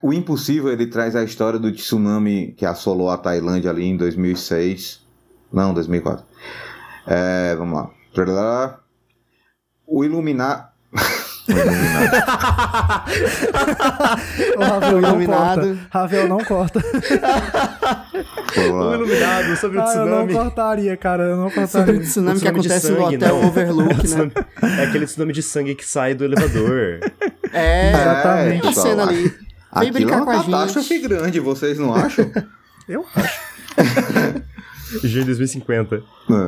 O Impossível, ele traz a história do tsunami que assolou a Tailândia ali em 2006. Não, 2004. Vamos lá. O Iluminado... O Ravel não corta. Ravel não corta. O Iluminado, sobre o tsunami. Eu não cortaria, cara. Eu não cortaria. Sobre o tsunami que acontece sangue, no hotel Overlook, né? É aquele tsunami de sangue que sai do elevador. Exatamente. A cena ali. Vem brincar com a gente. É uma catástrofe grande, vocês não acham? Eu acho. G 2050.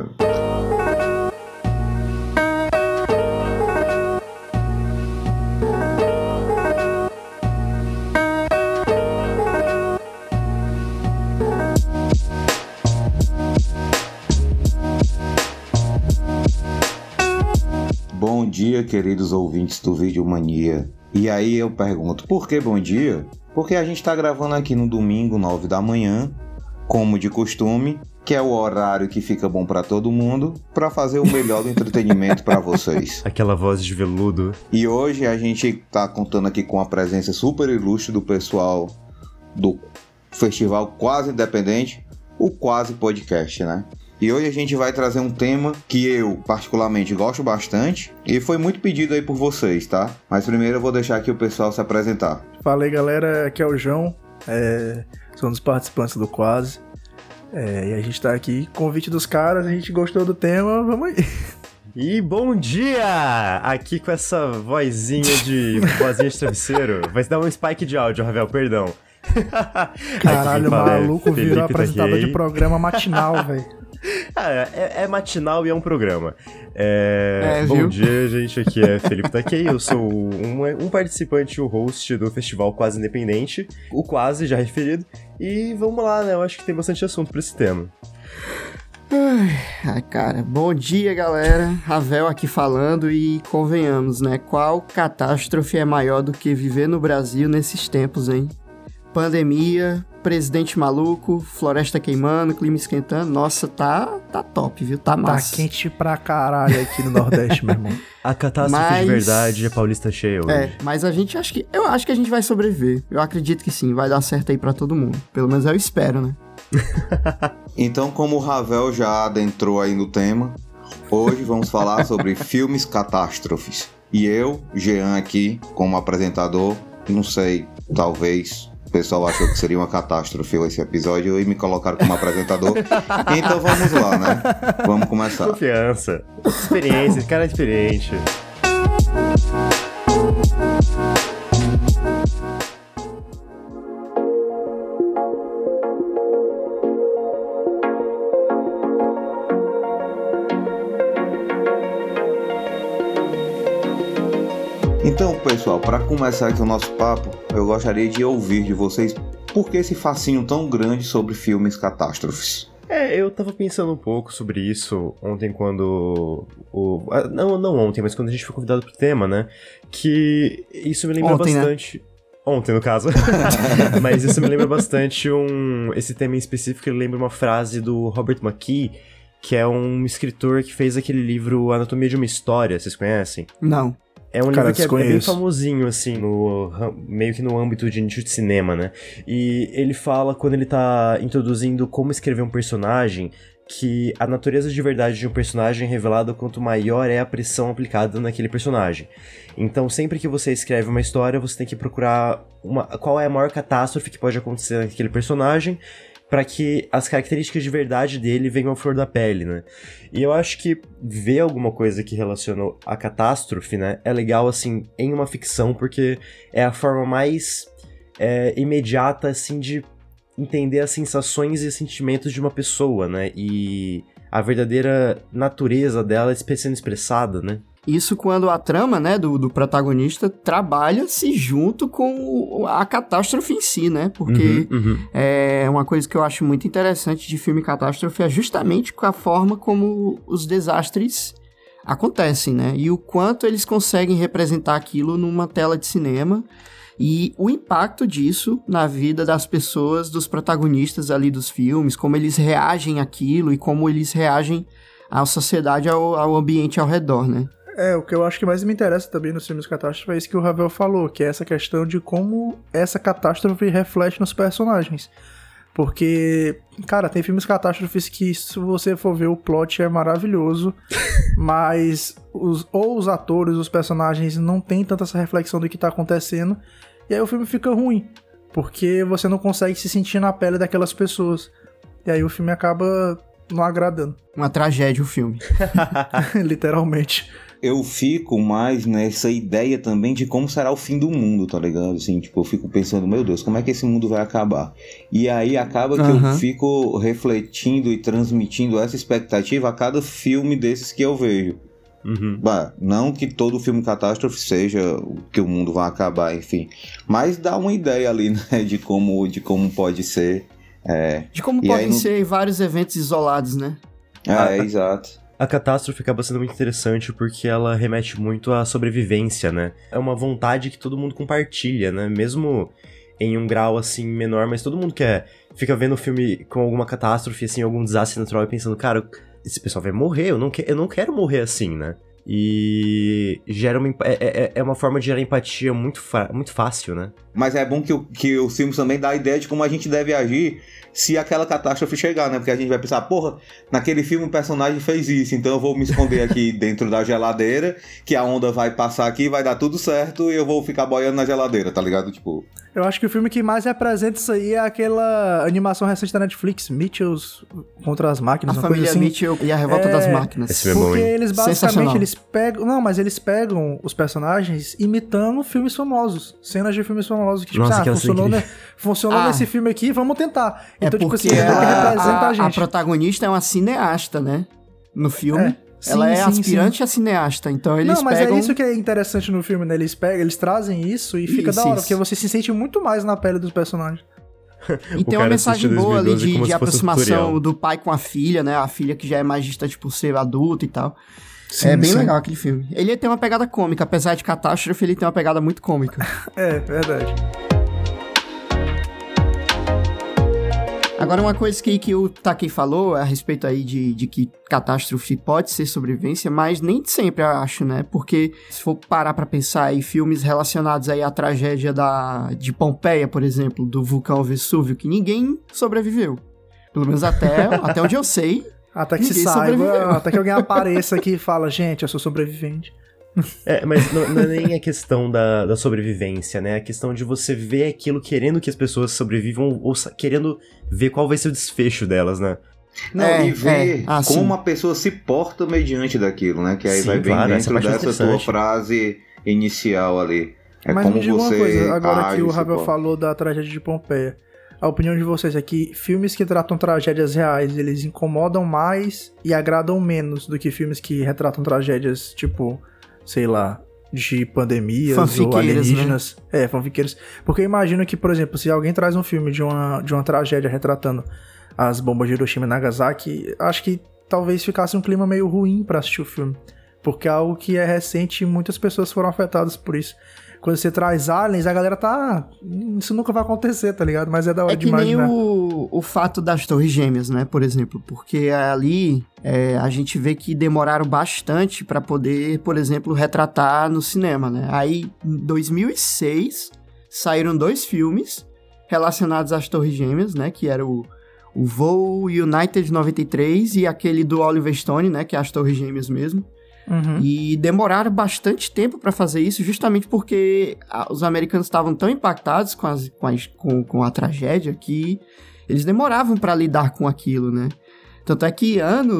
Bom dia, queridos ouvintes do Vídeo Mania. E aí eu pergunto, por que bom dia? Porque a gente tá gravando aqui no domingo, 9 da manhã, como de costume, que é o horário que fica bom pra todo mundo, pra fazer o melhor do entretenimento pra vocês. Aquela voz de veludo. E hoje a gente tá contando aqui com a presença super ilustre do pessoal do Festival Quase Independente, o Quase Podcast, né? E hoje a gente vai trazer um tema que eu, particularmente, gosto bastante e foi muito pedido aí por vocês, tá? Mas primeiro eu vou deixar aqui o pessoal se apresentar. Fala aí, galera. Aqui é o João. Sou um dos participantes do Quase. E a gente tá aqui, convite dos caras, a gente gostou do tema, vamos aí. E bom dia! Aqui com essa vozinha de travesseiro. Vai dar um spike de áudio, Ravel, perdão. Caralho, o maluco virou apresentador de programa matinal, velho. É matinal e é um programa. Bom dia, gente. Aqui é Felipe Takei. Eu sou um participante, o host do Festival Quase Independente. O Quase, já referido. E vamos lá, né? Eu acho que tem bastante assunto pra esse tema. Ai, cara. Bom dia, galera. Ravel aqui falando e convenhamos, né? Qual catástrofe é maior do que viver no Brasil nesses tempos, hein? Pandemia, presidente maluco, floresta queimando, clima esquentando. Nossa, tá top, viu? Tá massa. Tá quente pra caralho aqui no Nordeste, meu irmão. A catástrofe de verdade é Paulista cheia hoje. Mas eu acho que a gente vai sobreviver. Eu acredito que sim, vai dar certo aí pra todo mundo. Pelo menos eu espero, né? Então, como o Ravel já adentrou aí no tema, hoje vamos falar sobre filmes catástrofes. E eu, Jean, aqui, como apresentador, não sei, talvez... O pessoal achou que seria uma catástrofe esse episódio e me colocaram como apresentador. Então vamos lá, né? Vamos começar. Confiança. Experiência, esse cara é diferente. Então, pessoal, para começar aqui o nosso papo, eu gostaria de ouvir de vocês por que esse fascínio tão grande sobre filmes catástrofes. Eu tava pensando um pouco sobre isso ontem quando... Não ontem, mas quando a gente foi convidado pro tema, né? Que isso me lembra bastante... Né? Ontem, no caso. Mas isso me lembra bastante esse tema em específico, ele lembra uma frase do Robert McKee, que é um escritor que fez aquele livro Anatomia de uma História, vocês conhecem? Não. É um livro que é bem famosinho, assim, meio que no âmbito de nicho de cinema, né? E ele fala, quando ele tá introduzindo como escrever um personagem, que a natureza de verdade de um personagem é revelada quanto maior é a pressão aplicada naquele personagem. Então, sempre que você escreve uma história, você tem que procurar qual é a maior catástrofe que pode acontecer naquele personagem, para que as características de verdade dele venham à flor da pele, né? E eu acho que ver alguma coisa que relaciona a catástrofe, né, é legal, assim, em uma ficção, porque é a forma mais imediata, assim, de entender as sensações e sentimentos de uma pessoa, né? E a verdadeira natureza dela sendo expressada, né? Isso quando a trama, né, do protagonista trabalha-se junto com a catástrofe em si, né? Porque é uma coisa que eu acho muito interessante de filme catástrofe é justamente com a forma como os desastres acontecem, né? E o quanto eles conseguem representar aquilo numa tela de cinema e o impacto disso na vida das pessoas, dos protagonistas ali dos filmes, como eles reagem àquilo e como eles reagem à sociedade, ao ambiente ao redor, né? O que eu acho que mais me interessa também nos filmes catástrofe é isso que o Ravel falou, que é essa questão de como essa catástrofe reflete nos personagens. Porque, cara, tem filmes catástrofes que, se você for ver, o plot é maravilhoso, mas os atores, os personagens não tem tanta essa reflexão do que tá acontecendo, e aí o filme fica ruim, porque você não consegue se sentir na pele daquelas pessoas. E aí o filme acaba não agradando. Uma tragédia o filme. Literalmente. Eu fico mais nessa ideia também de como será o fim do mundo, tá ligado? Assim, tipo, eu fico pensando, meu Deus, como é que esse mundo vai acabar? E aí acaba que eu fico refletindo e transmitindo essa expectativa a cada filme desses que eu vejo. Bah, não que todo filme catástrofe seja que o mundo vai acabar, enfim. Mas dá uma ideia ali, né, de como pode ser. De como podem ser vários eventos isolados, né? Exato. A catástrofe acaba sendo muito interessante porque ela remete muito à sobrevivência, né? É uma vontade que todo mundo compartilha, né? Mesmo em um grau, assim, menor, mas todo mundo fica vendo o filme com alguma catástrofe, assim, algum desastre natural e pensando, cara, esse pessoal vai morrer, eu não quero morrer assim, né? E gera uma forma de gerar empatia muito fácil, né? Mas é bom que os filmes também dá a ideia de como a gente deve agir se aquela catástrofe chegar, né? Porque a gente vai pensar, porra, naquele filme o personagem fez isso, então eu vou me esconder aqui dentro da geladeira, que a onda vai passar aqui, vai dar tudo certo e eu vou ficar boiando na geladeira, tá ligado? Tipo... Eu acho que o filme que mais representa isso aí é aquela animação recente da Netflix, Mitchells contra as máquinas. A família assim. Mitchell e a revolta das máquinas. Esse é bom, porque eles basicamente eles pegam os personagens imitando filmes famosos, cenas de filmes famosos que tipo, funcionou nesse filme aqui, vamos tentar. Então tipo assim, ela que representa a gente. A protagonista é uma cineasta, né? No filme. Ela é aspirante a cineasta, então eles Não, mas pegam... é isso que é interessante no filme, né? Eles trazem isso e fica da hora, porque você se sente muito mais na pele dos personagens. E tem uma mensagem boa ali de aproximação do pai com a filha, né? A filha que já é mais distante por ser adulta e tal. Sim, é bem legal aquele filme. Ele tem uma pegada cômica, apesar de catástrofe, ele tem uma pegada muito cômica. É, verdade. Agora, uma coisa que o Takei falou a respeito aí de que catástrofe pode ser sobrevivência, mas nem sempre eu acho, né? Porque se for parar pra pensar aí, filmes relacionados aí à tragédia de Pompeia, por exemplo, do vulcão Vesúvio, que ninguém sobreviveu. Pelo menos até onde eu sei. Até que se saiba, até que alguém apareça aqui e fala, gente, eu sou sobrevivente. Mas não é nem a questão da sobrevivência, né? É a questão de você ver aquilo querendo que as pessoas sobrevivam ou querendo ver qual vai ser o desfecho delas, né? Não, e ver como a pessoa se porta mediante daquilo, né? Que aí vai bem dentro dessa tua frase inicial ali. Mas como me diga você uma coisa, agora que o Ravel falou da tragédia de Pompeia, a opinião de vocês é que filmes que tratam tragédias reais, eles incomodam mais e agradam menos do que filmes que retratam tragédias, tipo... sei lá, de pandemias ou alienígenas. Né? Fanfiqueiros. Porque eu imagino que, por exemplo, se alguém traz um filme de uma tragédia retratando as bombas de Hiroshima e Nagasaki, acho que talvez ficasse um clima meio ruim pra assistir o filme. Porque é algo que é recente e muitas pessoas foram afetadas por isso. Quando você traz aliens, a galera tá... isso nunca vai acontecer, tá ligado? Mas é da hora de imaginar. É que nem o fato das Torres Gêmeas, né? Por exemplo. Porque ali a gente vê que demoraram bastante pra poder, por exemplo, retratar no cinema, né? Aí, em 2006, saíram 2 filmes relacionados às Torres Gêmeas, né? Que era o Voo United 93 e aquele do Oliver Stone, né? Que é as Torres Gêmeas mesmo. Uhum. E demoraram bastante tempo pra fazer isso, justamente porque os americanos estavam tão impactados com a tragédia que eles demoravam pra lidar com aquilo, né? Tanto é que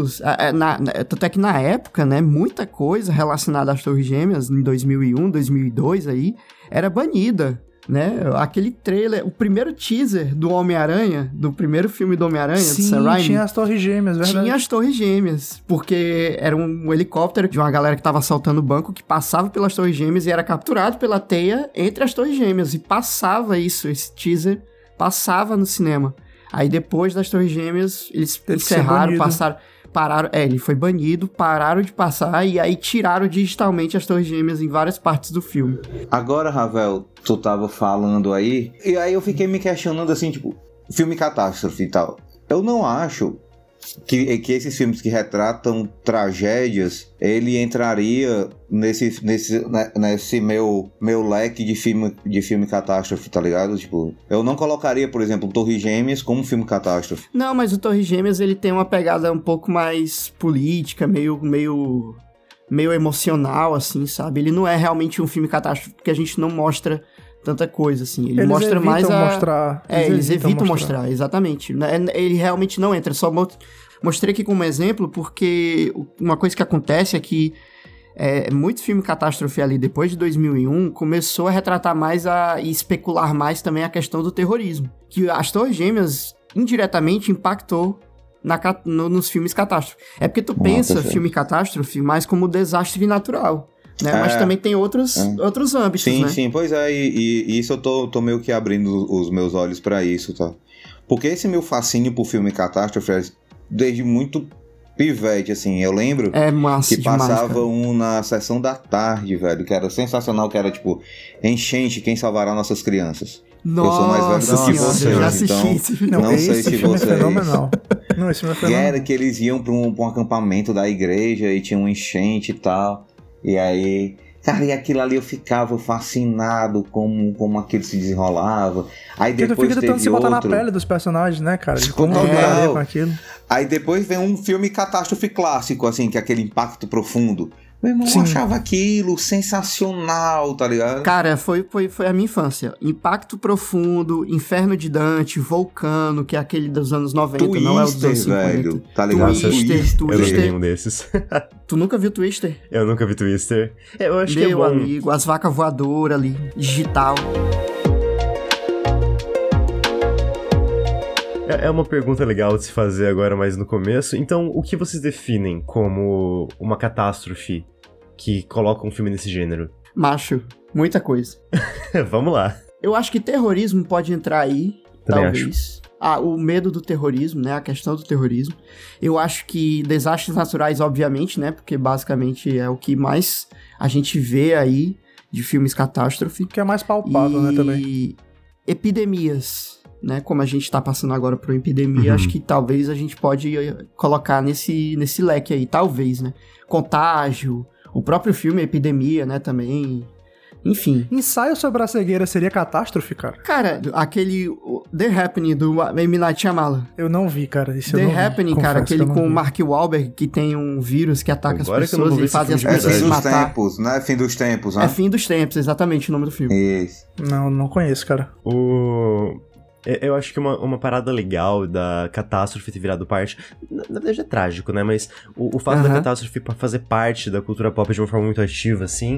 na época, né, muita coisa relacionada às Torres Gêmeas, em 2001, 2002 aí, era banida. Né? Aquele trailer, o primeiro teaser do Homem-Aranha, do primeiro filme do Homem-Aranha, do Sam Raimi, tinha as Torres Gêmeas, verdade? Tinha as Torres Gêmeas, porque era um helicóptero de uma galera que tava assaltando o banco, que passava pelas Torres Gêmeas e era capturado pela teia entre as Torres Gêmeas, e passava esse teaser, passava no cinema. Aí depois das Torres Gêmeas, eles encerraram, pararam, ele foi banido, pararam de passar e aí tiraram digitalmente as Torres Gêmeas em várias partes do filme. Agora, Ravel, tu tava falando aí, e aí eu fiquei me questionando assim, tipo, filme catástrofe e tal. Eu não acho que esses filmes que retratam tragédias, ele entraria nesse meu leque de filme catástrofe, tá ligado? Tipo, eu não colocaria, por exemplo, Torres Gêmeas como um filme catástrofe. Não, mas o Torres Gêmeas, ele tem uma pegada um pouco mais política, meio emocional, assim, sabe? Ele não é realmente um filme catástrofe, porque a gente não mostra tanta coisa, assim. Ele mostra mais eles evitam mostrar, exatamente. Ele realmente não entra. Só mostrei aqui como exemplo, porque uma coisa que acontece é que muito filme catástrofe ali, depois de 2001, começou a retratar mais e especular mais também a questão do terrorismo. Que as Torres Gêmeas, indiretamente, impactou nos filmes catástrofe. É porque tu pensa filme catástrofe mais como desastre natural. Né? Mas também tem outros âmbitos, sim, né? Sim, pois é, e isso eu tô meio que abrindo os meus olhos pra isso, tá? Porque esse meu fascínio por filme catástrofe, desde muito pivete, assim, eu lembro que passava demais, na sessão da tarde, velho, que era sensacional, que era tipo, Enchente, Quem Salvará Nossas Crianças. Nossa, eu sou mais velho do que vocês, eu já assisti esse filme. Não sei se vocês... É fenomenal. Não, esse filme é fenomenal. Era que eles iam pra um acampamento da igreja e tinha um enchente e tal. E aí, cara, e aquilo ali eu ficava fascinado como aquilo se desenrolava. Aí depois tu fica tentando se botar na pele dos personagens, né, cara? De como lidaria com aquilo. Aí depois vem um filme catástrofe clássico, assim, que é aquele Impacto Profundo. Meu irmão, eu achava aquilo sensacional, tá ligado? Cara, foi a minha infância. Impacto Profundo, Inferno de Dante, Vulcano, que é aquele dos anos 90, Twister, não é o dos anos 50. Velho, tá ligado? Twister. Eu não vi nenhum desses. Tu nunca viu Twister? Eu nunca vi Twister. Eu acho que é bom. Meu amigo, as vacas voadoras ali, digital. É uma pergunta legal de se fazer agora, mais no começo. Então, o que vocês definem como uma catástrofe que coloca um filme nesse gênero? Macho, muita coisa. Vamos lá. Eu acho que terrorismo pode entrar aí, também talvez. O medo do terrorismo, né? A questão do terrorismo. Eu acho que desastres naturais, obviamente, né? Porque basicamente é o que mais a gente vê aí de filmes catástrofe. Que é mais palpável, né, também. E epidemias, né? Como a gente tá passando agora por uma epidemia, acho que talvez a gente pode colocar nesse leque aí, talvez, né? Contágio, o próprio filme Epidemia, né, também. Enfim. Ensaio sobre a cegueira seria catástrofe, cara? Cara, aquele The Happening do M. Night Shyamalan. Eu não vi, cara. Isso The eu não Happening, vi. cara, aquele com o vi. Mark Wahlberg, que tem um vírus que ataca agora as pessoas e faz as pessoas se matar. É Fim dos Tempos, né? Fim dos Tempos, né? É Fim dos Tempos, exatamente o nome do filme. Isso. Não conheço, cara. Eu acho que uma parada legal da catástrofe ter virado parte... Na verdade é trágico, né? Mas o fato da catástrofe fazer parte da cultura pop de uma forma muito ativa, assim...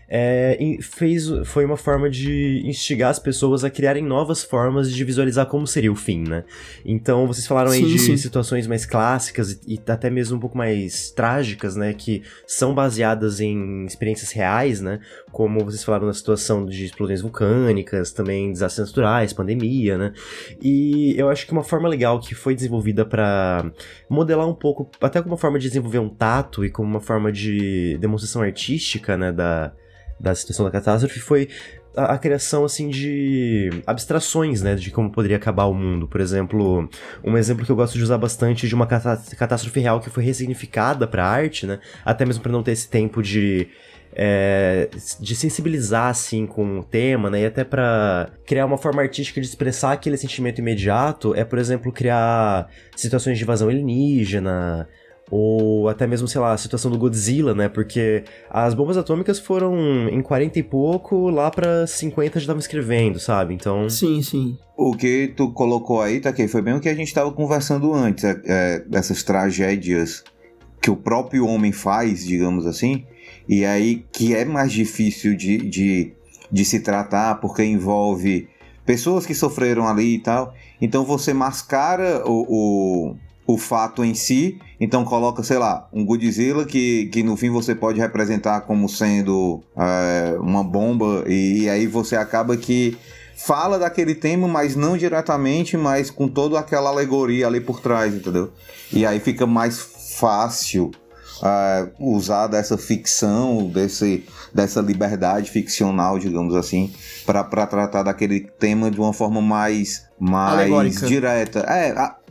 foi uma forma de instigar as pessoas a criarem novas formas de visualizar como seria o fim, né? Então, vocês falaram aí de situações mais clássicas e até mesmo um pouco mais trágicas, né? Que são baseadas em experiências reais, né? Como vocês falaram na situação de explosões vulcânicas, também desastres naturais, pandemia, né? E eu acho que uma forma legal que foi desenvolvida pra modelar um pouco, até como uma forma de desenvolver um tato e como uma forma de demonstração artística, né? Da situação da catástrofe foi a criação, assim, de abstrações, né, de como poderia acabar o mundo. Por exemplo, um exemplo que eu gosto de usar bastante de uma catástrofe real que foi ressignificada pra arte, né, até mesmo pra não ter esse tempo de sensibilizar, assim, com o tema, né, e até pra criar uma forma artística de expressar aquele sentimento imediato, por exemplo, criar situações de invasão alienígena, ou até mesmo, sei lá, a situação do Godzilla, né? Porque as bombas atômicas foram em 40 e pouco, lá pra 50 já estavam escrevendo, sabe? Então... Sim. O que tu colocou aí, Takei, foi bem o que a gente tava conversando antes, dessas tragédias que o próprio homem faz, digamos assim, e aí que é mais difícil de se tratar, porque envolve pessoas que sofreram ali e tal, então você mascara o fato em si, então coloca, sei lá, um Godzilla que no fim você pode representar como sendo uma bomba, e aí você acaba que fala daquele tema, mas não diretamente, mas com toda aquela alegoria ali por trás, entendeu? E aí fica mais fácil usar dessa ficção, dessa liberdade ficcional, digamos assim, para tratar daquele tema de uma forma mais direta.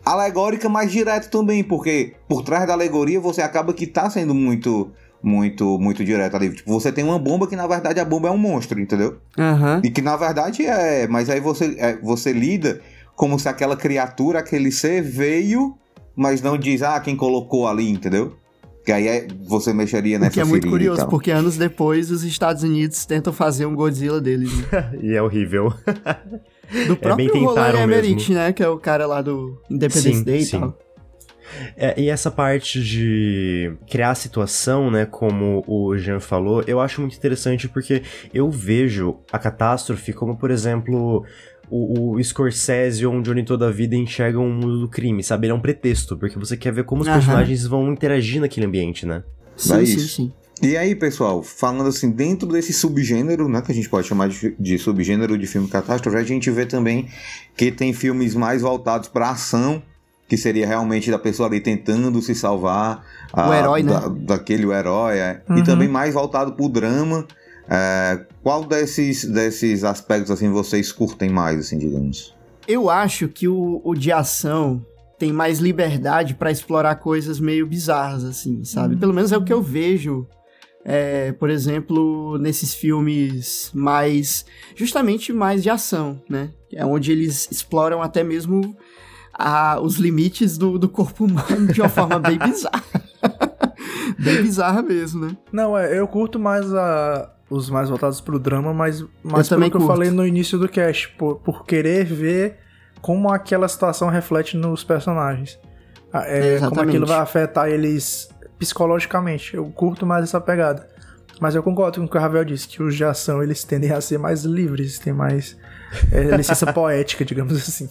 alegórica, mas direta também, porque por trás da alegoria você acaba que tá sendo muito direto ali. Tipo, você tem uma bomba que na verdade a bomba é um monstro, entendeu? E que na verdade mas aí você lida como se aquela criatura, aquele ser veio, mas não diz, quem colocou ali, entendeu? Que aí você mexeria nessa ferida. Que é muito curioso, porque anos depois os Estados Unidos tentam fazer um Godzilla deles. Né? E é horrível. Do próprio Roland Emmerich, né? Que é o cara lá do Independence Day e tal. E essa parte de criar a situação, né, como o Jean falou, eu acho muito interessante porque eu vejo a catástrofe como, por exemplo, o Scorsese ou um Johnny Toda a Vida enxergam o mundo do crime, sabe? Ele é um pretexto, porque você quer ver como os personagens vão interagir naquele ambiente, né? Sim. E aí, pessoal, falando assim, dentro desse subgênero, né, que a gente pode chamar de subgênero de filme catástrofe, a gente vê também que tem filmes mais voltados para ação, que seria realmente da pessoa ali tentando se salvar. O herói, né? Daquele herói, E também mais voltado pro drama. Qual desses aspectos, assim, vocês curtem mais, assim, digamos? Eu acho que o de ação tem mais liberdade pra explorar coisas meio bizarras, assim, sabe? Pelo menos é o que eu vejo, por exemplo, nesses filmes justamente mais de ação, né? É onde eles exploram até mesmo os limites do corpo humano de uma forma bem bizarra. Bem bizarra mesmo, né? Não, eu curto mais os mais voltados pro drama, mas pelo que eu falei no início do cast, por querer ver como aquela situação reflete nos personagens. Como aquilo vai afetar eles psicologicamente. Eu curto mais essa pegada. Mas eu concordo com o que o Ravel disse, que os de ação, eles tendem a ser mais livres, tem mais licença poética, digamos assim.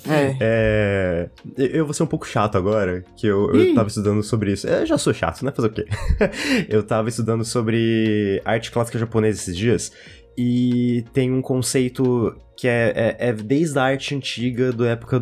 Eu vou ser um pouco chato agora, que eu tava estudando sobre isso. Eu já sou chato, né? Fazer o quê? Eu tava estudando sobre arte clássica japonesa esses dias, e tem um conceito que é desde a arte antiga, da época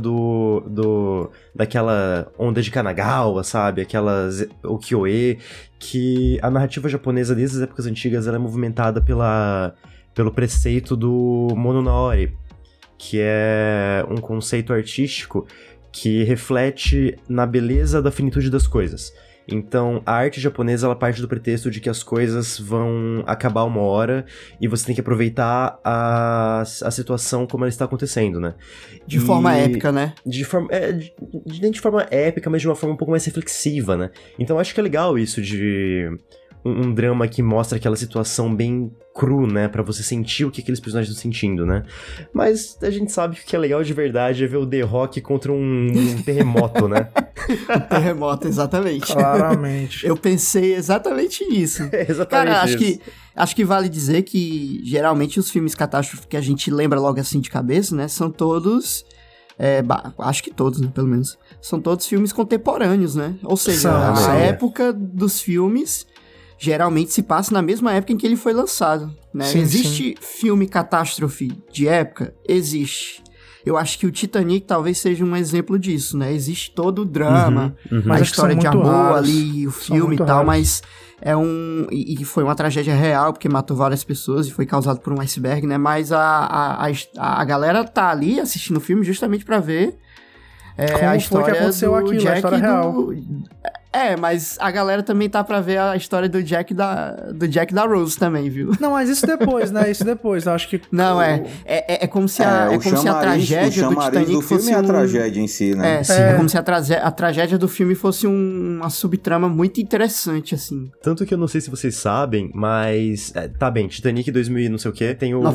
daquela onda de Kanagawa, sabe? Aquelas ukiyo-e, que a narrativa japonesa desde as épocas antigas ela é movimentada pelo preceito do Mononaori, que é um conceito artístico que reflete na beleza da finitude das coisas. Então, a arte japonesa, ela parte do pretexto de que as coisas vão acabar uma hora e você tem que aproveitar a situação como ela está acontecendo, né? De forma épica, né? Nem de forma épica, mas de uma forma um pouco mais reflexiva, né? Então, acho que é legal isso de um drama que mostra aquela situação bem cru, né? Pra você sentir o que aqueles personagens estão sentindo, né? Mas a gente sabe que o que é legal de verdade é ver o The Rock contra um terremoto, né? Um terremoto, exatamente. Claramente. Eu pensei exatamente nisso. Exatamente. Cara, acho que vale dizer que geralmente os filmes catástrofes que a gente lembra logo assim de cabeça, né? São todos... acho que todos, né? Pelo menos. São todos filmes contemporâneos, né? Ou seja, a época dos filmes... geralmente se passa na mesma época em que ele foi lançado, né? Existe filme catástrofe de época? Existe. Eu acho que o Titanic talvez seja um exemplo disso, né? Existe todo o drama, a história de amor ali, o filme e tal, mas e foi uma tragédia real, porque matou várias pessoas e foi causado por um iceberg, né? Mas a galera tá ali assistindo o filme justamente pra ver a história foi que aconteceu aquilo, Jack, a história real. Mas a galera também tá pra ver a história do Jack da Rose também, viu? Não, mas isso depois, né? Isso depois, acho que... Não, é como se a tragédia do Titanic fosse filme é a tragédia em si, né? É como se a tragédia do filme fosse uma subtrama muito interessante, assim. Tanto que eu não sei se vocês sabem, mas... tá bem, Titanic 2000 não sei o quê, tem o...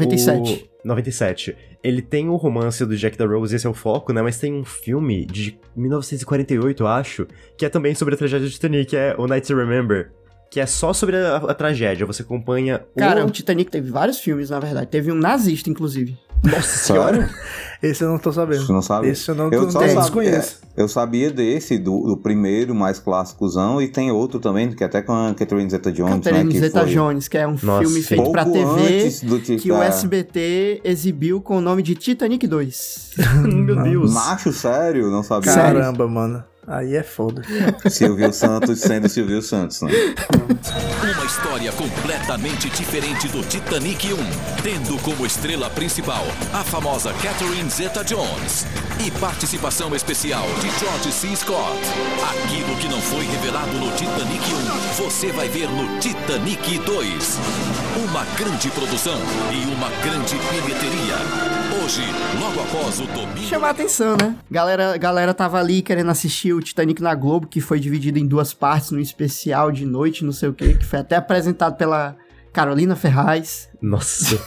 97. Ele tem o romance do Jack da Rose, esse é o foco, né? Mas tem um filme de 1948, eu acho, que é também sobre a tragédia do Titanic, que é O Night to Remember, que é só sobre a tragédia. Você acompanha... o Titanic teve vários filmes, na verdade. Teve um nazista, inclusive. Nossa senhora! Esse eu não tô sabendo. Você não sabe? Esse eu não desconheço. Eu sabia desse, do primeiro, mais clássicozão, e tem outro também, que até com a Catherine Zeta-Jones, Catherine Zeta-Jones, que é um filme feito pra TV, que o SBT exibiu com o nome de Titanic 2. Meu Deus! Macho, sério? Não sabia. Caramba, mano. Aí é foda. Silvio Santos sendo Silvio Santos, né? Uma história completamente diferente do Titanic 1, tendo como estrela principal a famosa Catherine Zeta-Jones. E participação especial de George C. Scott. Aquilo que não foi revelado no Titanic 1, você vai ver no Titanic 2. Uma grande produção e uma grande bilheteria. Hoje, logo após o domínio... Chamar a atenção, né? Galera tava ali querendo assistir o Titanic na Globo, que foi dividido em 2 partes, num especial de noite, não sei o quê, que foi até apresentado pela Carolina Ferraz. Nossa.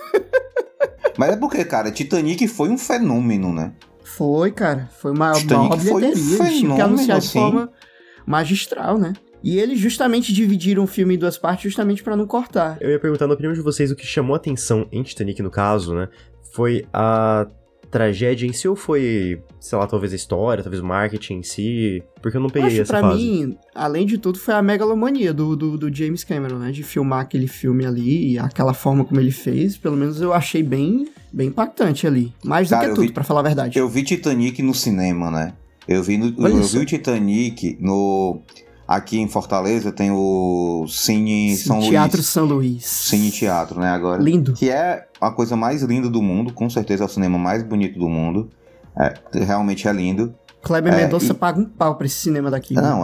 Mas é porque, cara, Titanic foi um fenômeno, né? Foi, cara. Foi uma maior bilheteria. Eles tinham que anunciar de forma magistral, né? E eles justamente dividiram o filme em 2 partes justamente pra não cortar. Eu ia perguntar, na opinião de vocês, o que chamou a atenção em Titanic, no caso, né? Foi a tragédia em si ou foi, sei lá, talvez a história, talvez o marketing em si? Porque eu não peguei essa fase. Pra mim, além de tudo, foi a megalomania do James Cameron, né? De filmar aquele filme ali e aquela forma como ele fez, pelo menos eu achei bem impactante ali. Mais do que tudo, pra falar a verdade. Eu vi Titanic no cinema, né? Eu vi o Titanic no... Aqui em Fortaleza tem o Cine São Luís. Teatro São Luís. Cine Teatro, né, agora. Lindo. Que é a coisa mais linda do mundo, com certeza é o cinema mais bonito do mundo. Realmente é lindo. Kleber Mendonça paga um pau pra esse cinema daqui. Não,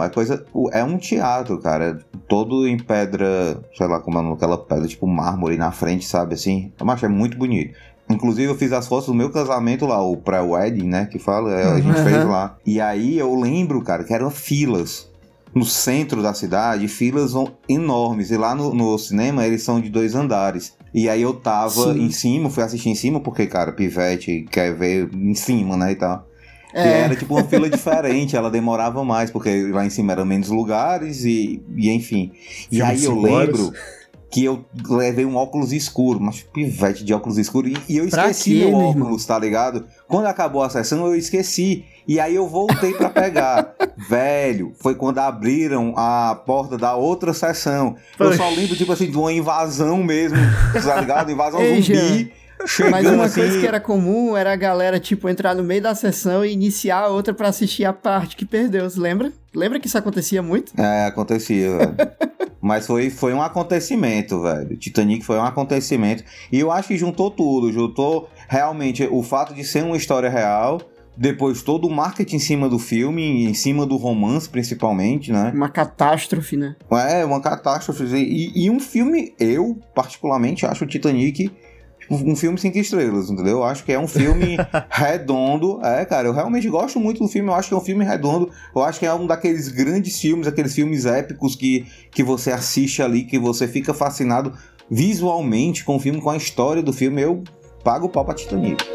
é um teatro, cara. Todo em pedra, sei lá como é aquela pedra, tipo mármore na frente, sabe, assim. Mas é muito bonito. Inclusive eu fiz as fotos do meu casamento lá, o pré-wedding, né, que fala, a gente fez lá. E aí eu lembro, cara, que eram filas no centro da cidade, filas enormes. E lá no cinema eles são de 2 andares. E aí eu tava em cima, fui assistir em cima, porque, cara, pivete quer ver em cima, né, e tal. E era tipo uma fila diferente, ela demorava mais, porque lá em cima eram menos lugares e enfim. E aí eu lembro que eu levei um óculos escuro, mas pivete de óculos escuro, e eu esqueci meu óculos, tá ligado? Quando acabou a sessão, eu esqueci. E aí eu voltei pra pegar. Velho, foi quando abriram a porta da outra sessão. Eu só lembro, tipo assim, de uma invasão mesmo, tá ligado? Invasão zumbi. Mas uma coisa que era comum era a galera, tipo, entrar no meio da sessão e iniciar a outra pra assistir a parte que perdeu, você lembra? Lembra que isso acontecia muito? Acontecia, velho. Mas foi um acontecimento, velho. Titanic foi um acontecimento. E eu acho que juntou tudo. Juntou realmente o fato de ser uma história real, depois todo o marketing em cima do filme, em cima do romance principalmente, né? Uma catástrofe, né? Uma catástrofe. E um filme, eu particularmente acho o Titanic um filme 5 estrelas, entendeu? Eu acho que é um filme redondo. Cara, eu realmente gosto muito do filme. Eu acho que é um filme redondo. Eu acho que é um daqueles grandes filmes, aqueles filmes épicos que você assiste ali, que você fica fascinado visualmente com o filme, com a história do filme. Eu pago o pau pra Titanic.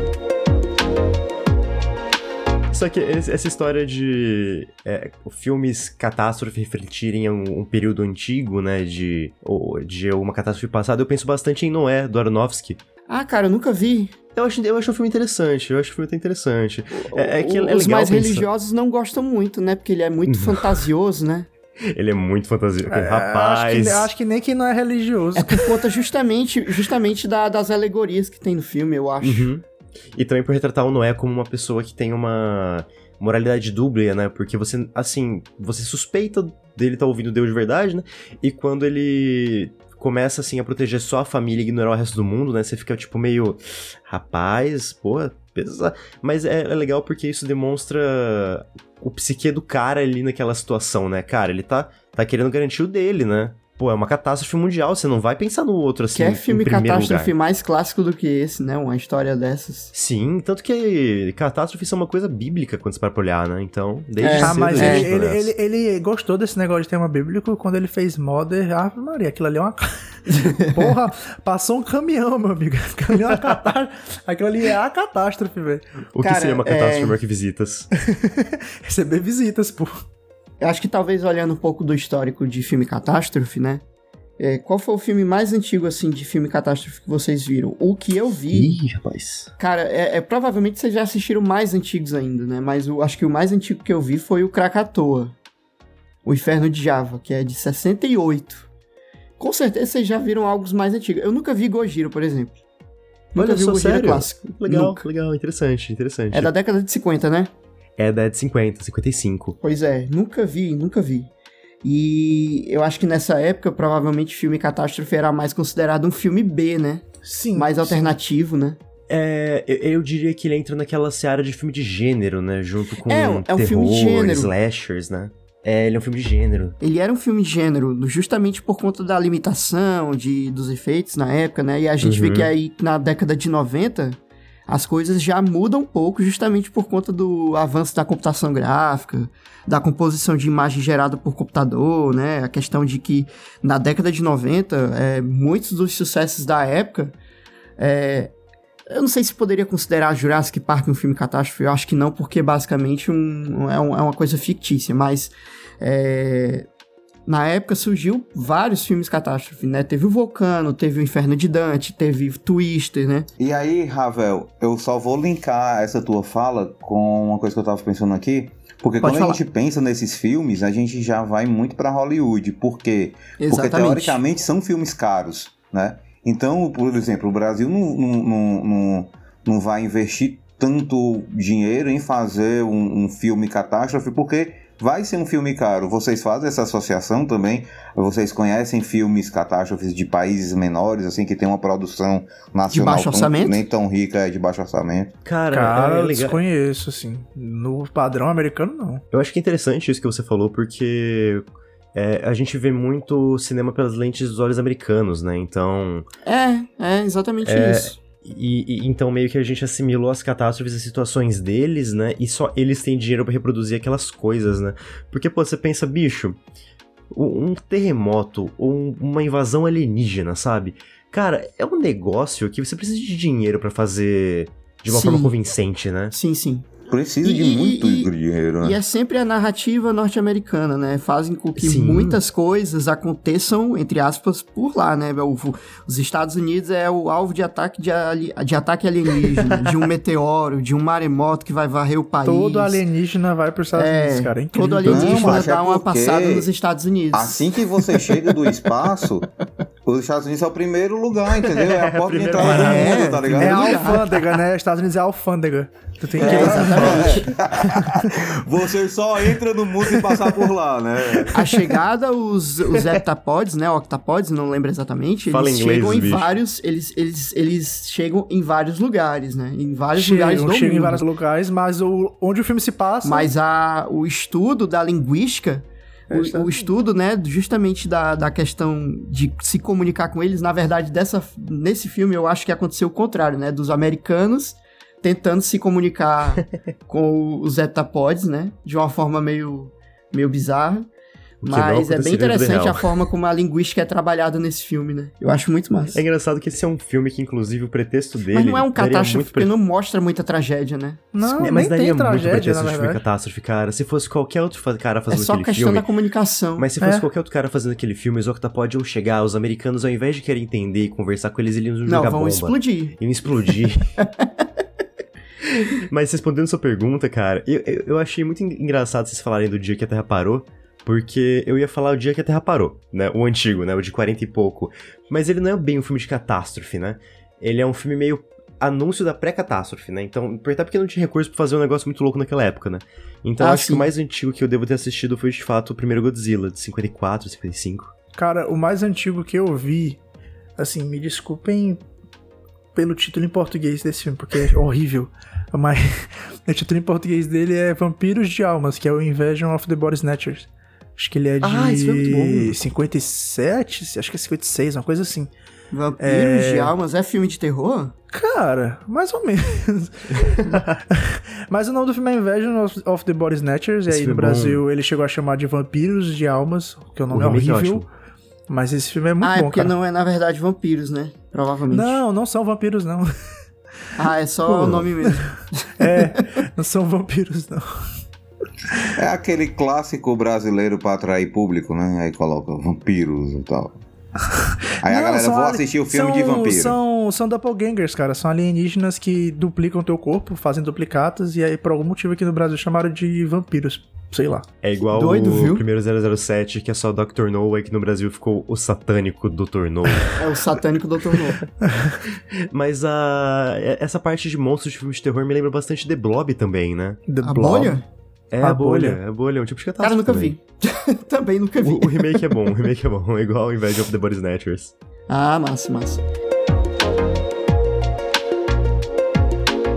Só que essa história de filmes catástrofe refletirem um período antigo, né, de uma catástrofe passada, eu penso bastante em Noé, do Aronofsky. Ah, cara, eu nunca vi. Eu acho o filme interessante, interessante. Os mais religiosos não gostam muito, né, porque ele é muito fantasioso, né? Ele é muito fantasioso. Rapaz. Acho que nem que não é religioso. É por conta justamente das alegorias que tem no filme, eu acho. Uhum. E também por retratar o Noé como uma pessoa que tem uma moralidade dúbia, né? Porque você suspeita dele estar ouvindo Deus de verdade, né? E quando ele começa, assim, a proteger só a família e ignorar o resto do mundo, né? Você fica, tipo, meio... Rapaz, pô, pesado. Mas é legal porque isso demonstra o psique do cara ali naquela situação, né? Cara, ele tá querendo garantir o dele, né? Pô, é uma catástrofe mundial, você não vai pensar no outro, assim, que filme em primeiro catástrofe lugar. Mais clássico do que esse, né? Uma história dessas. Sim, tanto que catástrofes são uma coisa bíblica quando você vai pra olhar, né? Então, desde cedo... mas ele gostou desse negócio de tema bíblico quando ele fez Mother. Ah, Maria, aquilo ali é uma... Porra, passou um caminhão, meu amigo. Caminhão é catástrofe. Aquilo ali é a catástrofe, velho. O que seria uma catástrofe maior que visitas? Receber visitas, pô. Eu acho que talvez olhando um pouco do histórico de filme catástrofe, né? Qual foi o filme mais antigo, assim, de filme catástrofe que vocês viram? O que eu vi... Ih, rapaz. Cara, provavelmente vocês já assistiram mais antigos ainda, né? Mas eu acho que o mais antigo que eu vi foi o Krakatoa. O Inferno de Java, que é de 68. Com certeza vocês já viram algo mais antigos. Eu nunca vi Gojira, por exemplo. Nunca vi o Gojira clássico. Legal, interessante. É da década de 50, né? É da de 50, 55. Pois é, nunca vi. E eu acho que nessa época, provavelmente, filme catástrofe era mais considerado um filme B, né? Sim. Mais alternativo, né? Eu diria que ele entra naquela seara de filme de gênero, né? Junto com um terror, filme de gênero. slashers, né? Ele é um filme de gênero. Ele era um filme de gênero, justamente por conta da limitação dos efeitos na época, né? E a gente vê que aí, na década de 90, as coisas já mudam um pouco, justamente por conta do avanço da computação gráfica, da composição de imagem gerada por computador, né? A questão de que, na década de 90, muitos dos sucessos da época... eu não sei se poderia considerar Jurassic Park um filme catástrofe, eu acho que não, porque basicamente é uma coisa fictícia, mas na época surgiu vários filmes catástrofe, né? Teve o Vulcano, teve o Inferno de Dante, teve Twister, né? E aí, Ravel, eu só vou linkar essa tua fala com uma coisa que eu tava pensando aqui, porque quando a gente pensa nesses filmes, a gente já vai muito pra Hollywood, por quê? Porque teoricamente são filmes caros, né? Então, por exemplo, o Brasil não vai investir tanto dinheiro em fazer um filme catástrofe, porque vai ser um filme caro. Vocês fazem essa associação também? Vocês conhecem filmes catástrofes de países menores, assim, que tem uma produção nacional de baixo orçamento? Nem tão rica, de baixo orçamento? Cara, eu desconheço, assim. No padrão americano, não. Eu acho que é interessante isso que você falou, porque... a gente vê muito cinema pelas lentes dos olhos americanos, né? Então... É exatamente isso. E então meio que a gente assimilou as catástrofes e situações deles, né? E só eles têm dinheiro pra reproduzir aquelas coisas, né? Porque, pô, você pensa, bicho, um terremoto ou uma invasão alienígena, sabe? Cara, é um negócio que você precisa de dinheiro pra fazer de uma forma convincente, né? Sim. Precisa de muito dinheiro, né? E é sempre a narrativa norte-americana, né? Fazem com que muitas coisas aconteçam, entre aspas, por lá, né? Os Estados Unidos é o alvo de ataque de ataque alienígena, de um meteoro, de um maremoto que vai varrer o país. Todo alienígena vai para os Estados Unidos, cara. É incrível. Todo alienígena dá uma passada nos Estados Unidos. Assim que você chega do espaço... Os Estados Unidos é o primeiro lugar, entendeu? É a porta de entrada do mundo, tá ligado? É a alfândega, né? Os Estados Unidos é a alfândega. Tu tem que exatamente. Você só entra no mundo e passar por lá, né? A chegada, os heptapods, né? Octapods, não lembro exatamente. Eles chegam em vários... Eles chegam em vários lugares, né? Em vários lugares do mundo. Chegam em vários lugares, mas onde o filme se passa... Mas o estudo da linguística... O estudo, né, justamente da questão de se comunicar com eles, na verdade, nesse filme eu acho que aconteceu o contrário, né, dos americanos tentando se comunicar com os heptapods, né, de uma forma meio bizarra. Mas é bem interessante a forma como a linguística é trabalhada nesse filme, né? Eu acho muito massa. É engraçado que esse é um filme que, inclusive, o pretexto dele... Mas não é um catástrofe, porque não mostra muita tragédia, né? Não, mas nem daria tem muito tragédia, pretexto na de filme verdade. catástrofe, cara. Se fosse qualquer outro cara fazendo aquele filme... É só questão da comunicação. Mas se fosse qualquer outro cara fazendo aquele filme, os Octapod iam chegar, os americanos, ao invés de querer entender e conversar com eles, eles iam jogar bomba. Não, vão explodir. Iam explodir. Mas respondendo sua pergunta, cara, eu achei muito engraçado vocês falarem do dia que a Terra parou, porque eu ia falar o dia que a Terra parou, né? O antigo, né? O de 40 e pouco. Mas ele não é bem um filme de catástrofe, né? Ele é um filme meio anúncio da pré-catástrofe, né? Então, até porque não tinha recurso pra fazer um negócio muito louco naquela época, né? Então, acho que o mais antigo que eu devo ter assistido foi, de fato, o primeiro Godzilla, de 54, 55. Cara, o mais antigo que eu vi, assim, me desculpem pelo título em português desse filme, porque é horrível. Mas o título em português dele é Vampiros de Almas, que é o Invasion of the Body Snatchers. Acho que ele é de 57, acho que é 56, uma coisa assim. Vampiros de Almas é filme de terror? Cara, mais ou menos. Mas o nome do filme é Invasion of the Body Snatchers, e aí no Brasil ele chegou a chamar de Vampiros de Almas, que o nome é horrível. Mas esse filme é muito bom, cara. Porque não é, na verdade, vampiros, né? Provavelmente. Não são vampiros, não. É só o nome mesmo. Não são vampiros, não. É aquele clássico brasileiro pra atrair público, né? Aí coloca vampiros e tal. Aí a galera, vou assistir o filme de vampiro. São doppelgangers, cara. São alienígenas que duplicam teu corpo, fazem duplicatas, e aí por algum motivo aqui no Brasil chamaram de vampiros. Sei lá. É igual o primeiro 007, que é só Dr. No, aí que no Brasil ficou o satânico Dr. No. É o satânico Dr. No. Mas essa parte de monstros de filme de terror me lembra bastante The Blob também, né? A Bolha? É a bolha, é um tipo de catástrofe. Cara, nunca também. Vi. Também nunca vi. O remake é bom, é igual o Invasion of the Body Snatchers. Massa.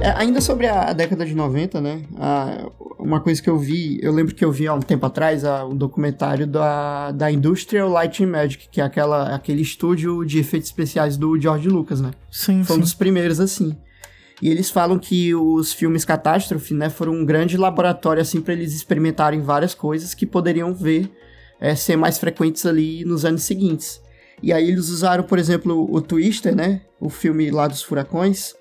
Ainda sobre a década de 90, né? Uma coisa que eu lembro que eu vi há um tempo atrás, um documentário da Industrial Light and Magic, que é aquele estúdio de efeitos especiais do George Lucas, né? Sim, Foi um dos primeiros, assim. E eles falam que os filmes Catástrofe, né, foram um grande laboratório, assim, para eles experimentarem várias coisas que poderiam ser mais frequentes ali nos anos seguintes. E aí eles usaram, por exemplo, o Twister, né, o filme lá dos furacões,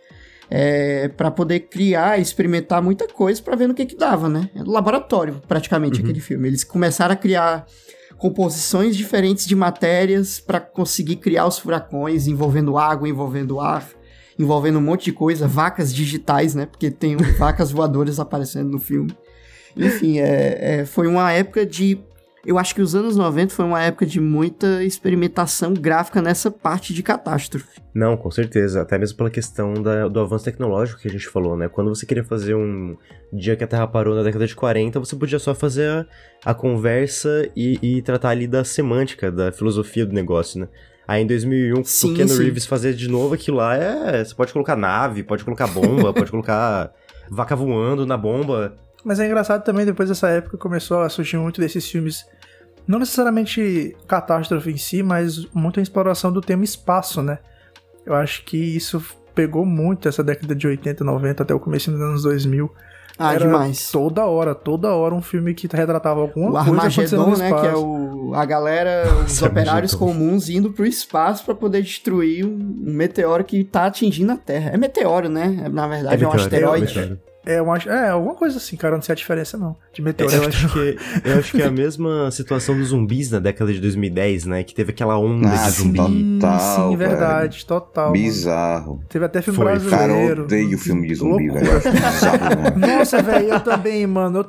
para poder criar e experimentar muita coisa para ver no que dava, né? É laboratório, praticamente, aquele filme. Eles começaram a criar composições diferentes de matérias para conseguir criar os furacões, envolvendo água, envolvendo ar, envolvendo um monte de coisa, vacas digitais, né? Porque tem vacas voadoras aparecendo no filme. Enfim, foi uma época de... Eu acho que os anos 90 foi uma época de muita experimentação gráfica nessa parte de catástrofe. Não, com certeza. Até mesmo pela questão do avanço tecnológico que a gente falou, né? Quando você queria fazer um dia que a Terra parou na década de 40, você podia só fazer a conversa e tratar ali da semântica, da filosofia do negócio, né? Aí em 2001, o Keanu Reeves fazer de novo aquilo lá, você pode colocar nave, pode colocar bomba, pode colocar vaca voando na bomba. Mas é engraçado também, depois dessa época começou a surgir muito desses filmes, não necessariamente catástrofe em si, mas muita exploração do tema espaço, né? Eu acho que isso pegou muito essa década de 80, 90, até o começo dos anos 2000. Era demais. Toda hora um filme que retratava alguma coisa acontecendo no espaço. O Armagedon, né, que é a galera, os operários comuns indo pro espaço pra poder destruir um meteoro que tá atingindo a Terra. É meteoro, né? Na verdade é um asteroide. Alguma coisa assim, cara, não sei a diferença não, de meteoro. Eu acho que é a mesma situação dos zumbis na década de 2010, né, que teve aquela onda de zumbi. Total, sim, verdade, velho. Total. Bizarro. Mano. Teve até filme brasileiro. Cara, eu odeio filme de zumbi, velho. Eu acho bizarro, mano. Nossa, velho, eu também, mano,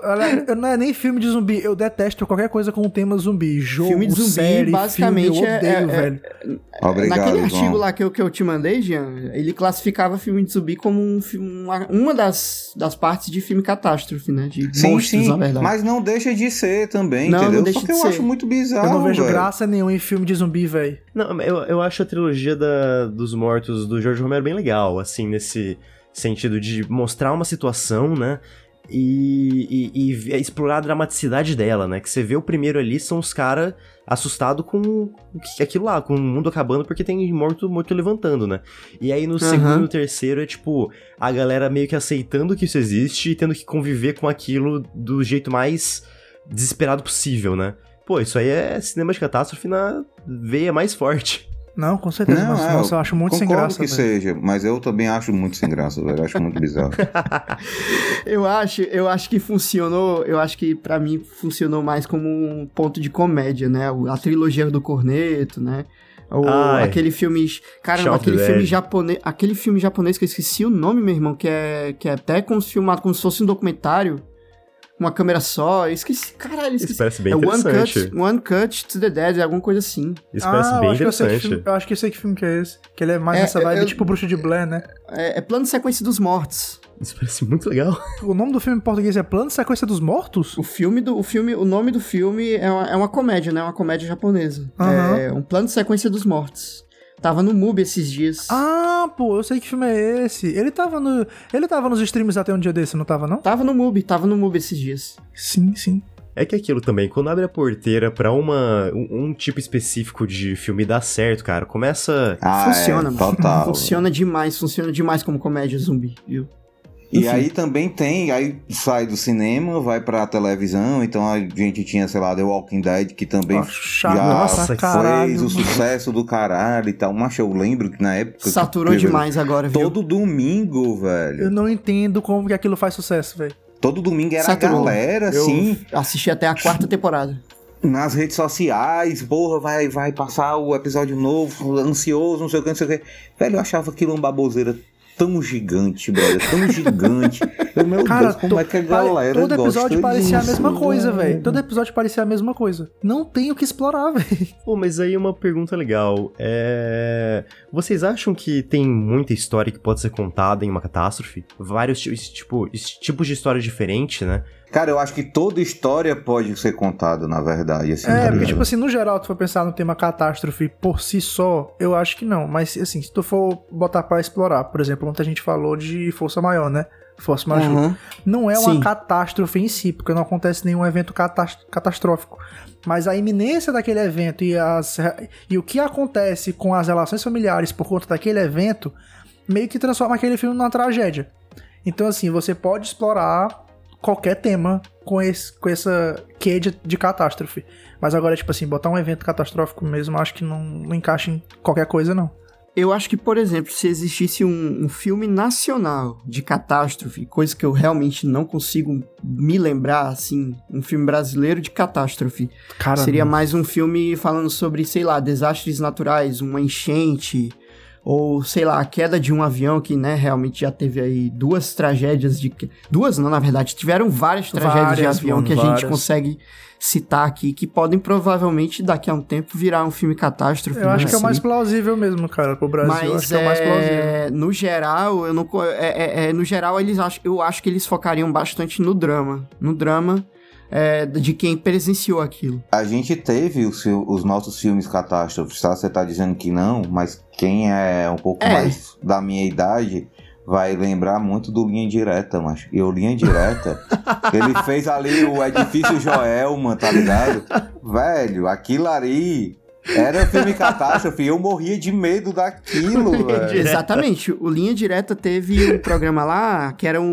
eu não é nem filme de zumbi, eu detesto qualquer coisa com o tema zumbi. Jogo, filme de zumbi, série, basicamente, filme, eu odeio, velho. Obrigado, naquele artigo lá que eu te mandei, Jean, ele classificava filme de zumbi como uma das partes de filme catástrofe, né? De monstros, na verdade. Mas não deixa de ser também, entendeu? Não deixa Só que eu acho muito bizarro, eu não vejo véio. graça nenhuma em filme de zumbi, velho. Não, eu acho a trilogia dos mortos do Jorge Romero bem legal, assim, nesse sentido de mostrar uma situação, né? E explorar a dramaticidade dela, né? Que você vê o primeiro ali, são os caras assustados com aquilo lá, com o mundo acabando porque tem morto levantando, né? E aí no segundo e no terceiro é tipo, a galera meio que aceitando que isso existe e tendo que conviver com aquilo do jeito mais desesperado possível, né? Pô, isso aí é cinema de catástrofe na veia mais forte. Não, com certeza, nossa, eu acho muito sem graça. Concordo que seja, mas eu também acho muito sem graça, velho. Eu acho muito bizarro. eu acho que funcionou, eu acho que pra mim funcionou mais como um ponto de comédia, né? A trilogia do Corneto, né? Aquele filme... Caramba, aquele filme japonês que eu esqueci o nome, meu irmão, que é até filmado como se fosse um documentário. Uma câmera só, eu esqueci. Caralho, esqueci. Isso parece bem interessante. One Cut to the Dead, alguma coisa assim. Isso parece bem interessante. Eu acho que eu sei que filme que é esse. Que ele é mais nessa vibe, tipo Bruxa de Blair, né? É Plano de Sequência dos Mortos. Isso parece muito legal. O nome do filme em português é Plano de Sequência dos Mortos? O nome do filme é uma comédia, né? Uma comédia japonesa. É um Plano de Sequência dos Mortos. Tava no MUBI esses dias. Ah, pô, eu sei que filme é esse. Ele tava nos streams até um dia desse, não tava, não? Tava no MUBI esses dias. Sim, sim. É que aquilo também, quando abre a porteira pra um tipo específico de filme dar certo, cara, começa... Funciona, mano. Total. Funciona demais como comédia zumbi, viu? E aí também aí sai do cinema, vai pra televisão, então a gente tinha, sei lá, The Walking Dead, que também fez o sucesso do caralho e tal. Mas eu lembro que na época... Saturou demais agora, viu? Todo domingo, velho. Eu não entendo como que aquilo faz sucesso, velho. Todo domingo era Saturou. A galera, assim... Eu assisti até a 4ª temporada. Nas redes sociais, porra, vai passar o episódio novo, ansioso, não sei o que. Velho, eu achava aquilo uma baboseira tão gigante, brother, tão gigante. Meu Deus, como é que a galera todo episódio parecia disso? A mesma coisa, velho. Todo episódio parecia a mesma coisa. Não tem o que explorar, velho. Pô, mas aí uma pergunta legal. Vocês acham que tem muita história que pode ser contada em uma catástrofe? Vários tipos de história diferentes, né? Cara, eu acho que toda história pode ser contada, na verdade. Assim, porque, tipo assim, no geral, tu for pensar no tema catástrofe por si só, eu acho que não. Mas, assim, se tu for botar pra explorar, por exemplo, muita gente falou de força maior, né? Força majeure. Não é uma catástrofe em si, porque não acontece nenhum evento catastrófico. Mas a iminência daquele evento e o que acontece com as relações familiares por conta daquele evento meio que transforma aquele filme numa tragédia. Então, assim, você pode explorar qualquer tema com essa quê de catástrofe. Mas agora, tipo assim, botar um evento catastrófico mesmo, acho que não encaixa em qualquer coisa, não. Eu acho que, por exemplo, se existisse um filme nacional de catástrofe, coisa que eu realmente não consigo me lembrar, assim, um filme brasileiro de catástrofe, seria mais um filme falando sobre, sei lá, desastres naturais, uma enchente, ou, sei lá, a queda de um avião, que, né, realmente já teve aí 2 tragédias de... 2 não, na verdade, tiveram várias tragédias de avião que a gente consegue citar aqui, que podem provavelmente, daqui a um tempo, virar um filme catástrofe. Eu acho que é o mais plausível mesmo, cara, pro Brasil. Mas acho que é o mais plausível. No geral, eu não... no geral, eu acho que eles focariam bastante no drama. No drama... de quem presenciou aquilo. A gente teve os nossos filmes catástrofes, tá? Você tá dizendo que não, mas quem é um pouco mais da minha idade vai lembrar muito do Linha Direta, macho. E o Linha Direta, ele fez ali o Edifício Joelma, tá ligado? Velho, aquilo ali... Era filme catástrofe e eu morria de medo daquilo, velho. Exatamente. O Linha Direta teve um programa lá que era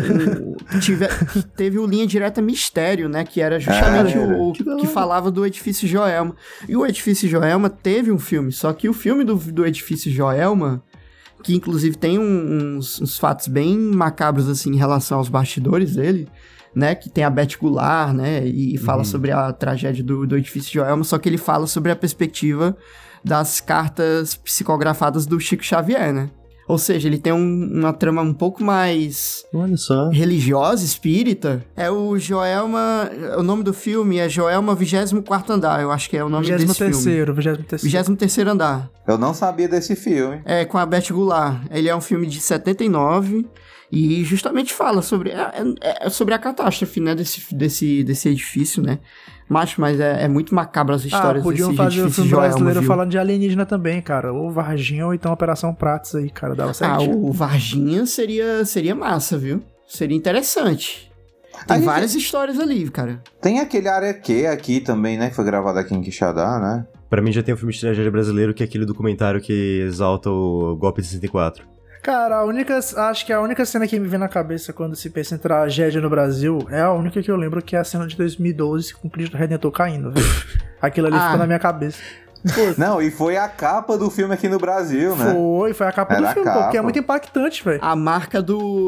teve o Linha Direta Mistério, né? Que era justamente o que falava do Edifício Joelma. E o Edifício Joelma teve um filme, só que o filme do Edifício Joelma, que inclusive tem uns fatos bem macabros, assim, em relação aos bastidores dele, né, que tem a Beth Goulart, né, e fala sobre a tragédia do Edifício Joelma, só que ele fala sobre a perspectiva das cartas psicografadas do Chico Xavier, né. Ou seja, ele tem uma trama um pouco mais religiosa, espírita. É o Joelma... O nome do filme é Joelma 24º Andar, eu acho que é o nome desse filme. 23º Andar. Eu não sabia desse filme. É, com a Beth Goulart. Ele é um filme de 79... E justamente fala sobre a catástrofe, né, desse edifício, né? Mas é muito macabro as histórias desse edifício. Podiam fazer o filme brasileiro falando de alienígena também, cara. Ou Varginha, ou então Operação Pratos aí, cara. Dava certinho. O Varginha seria massa, viu? Seria interessante. Tem várias histórias ali, cara. Tem aquele Arequê aqui também, né? Que foi gravado aqui em Quixadá, né? Pra mim já tem um filme de tragédia brasileiro que é aquele documentário que exalta o golpe de 64. Cara, acho que a única cena que me vem na cabeça quando se pensa em tragédia no Brasil é a única que eu lembro, que é a cena de 2012 com o Cristo Redentor caindo, velho. Aquilo ali ficou na minha cabeça. Pô. Não, e foi a capa do filme aqui no Brasil, né? Foi a capa do filme, porque é muito impactante, velho. A marca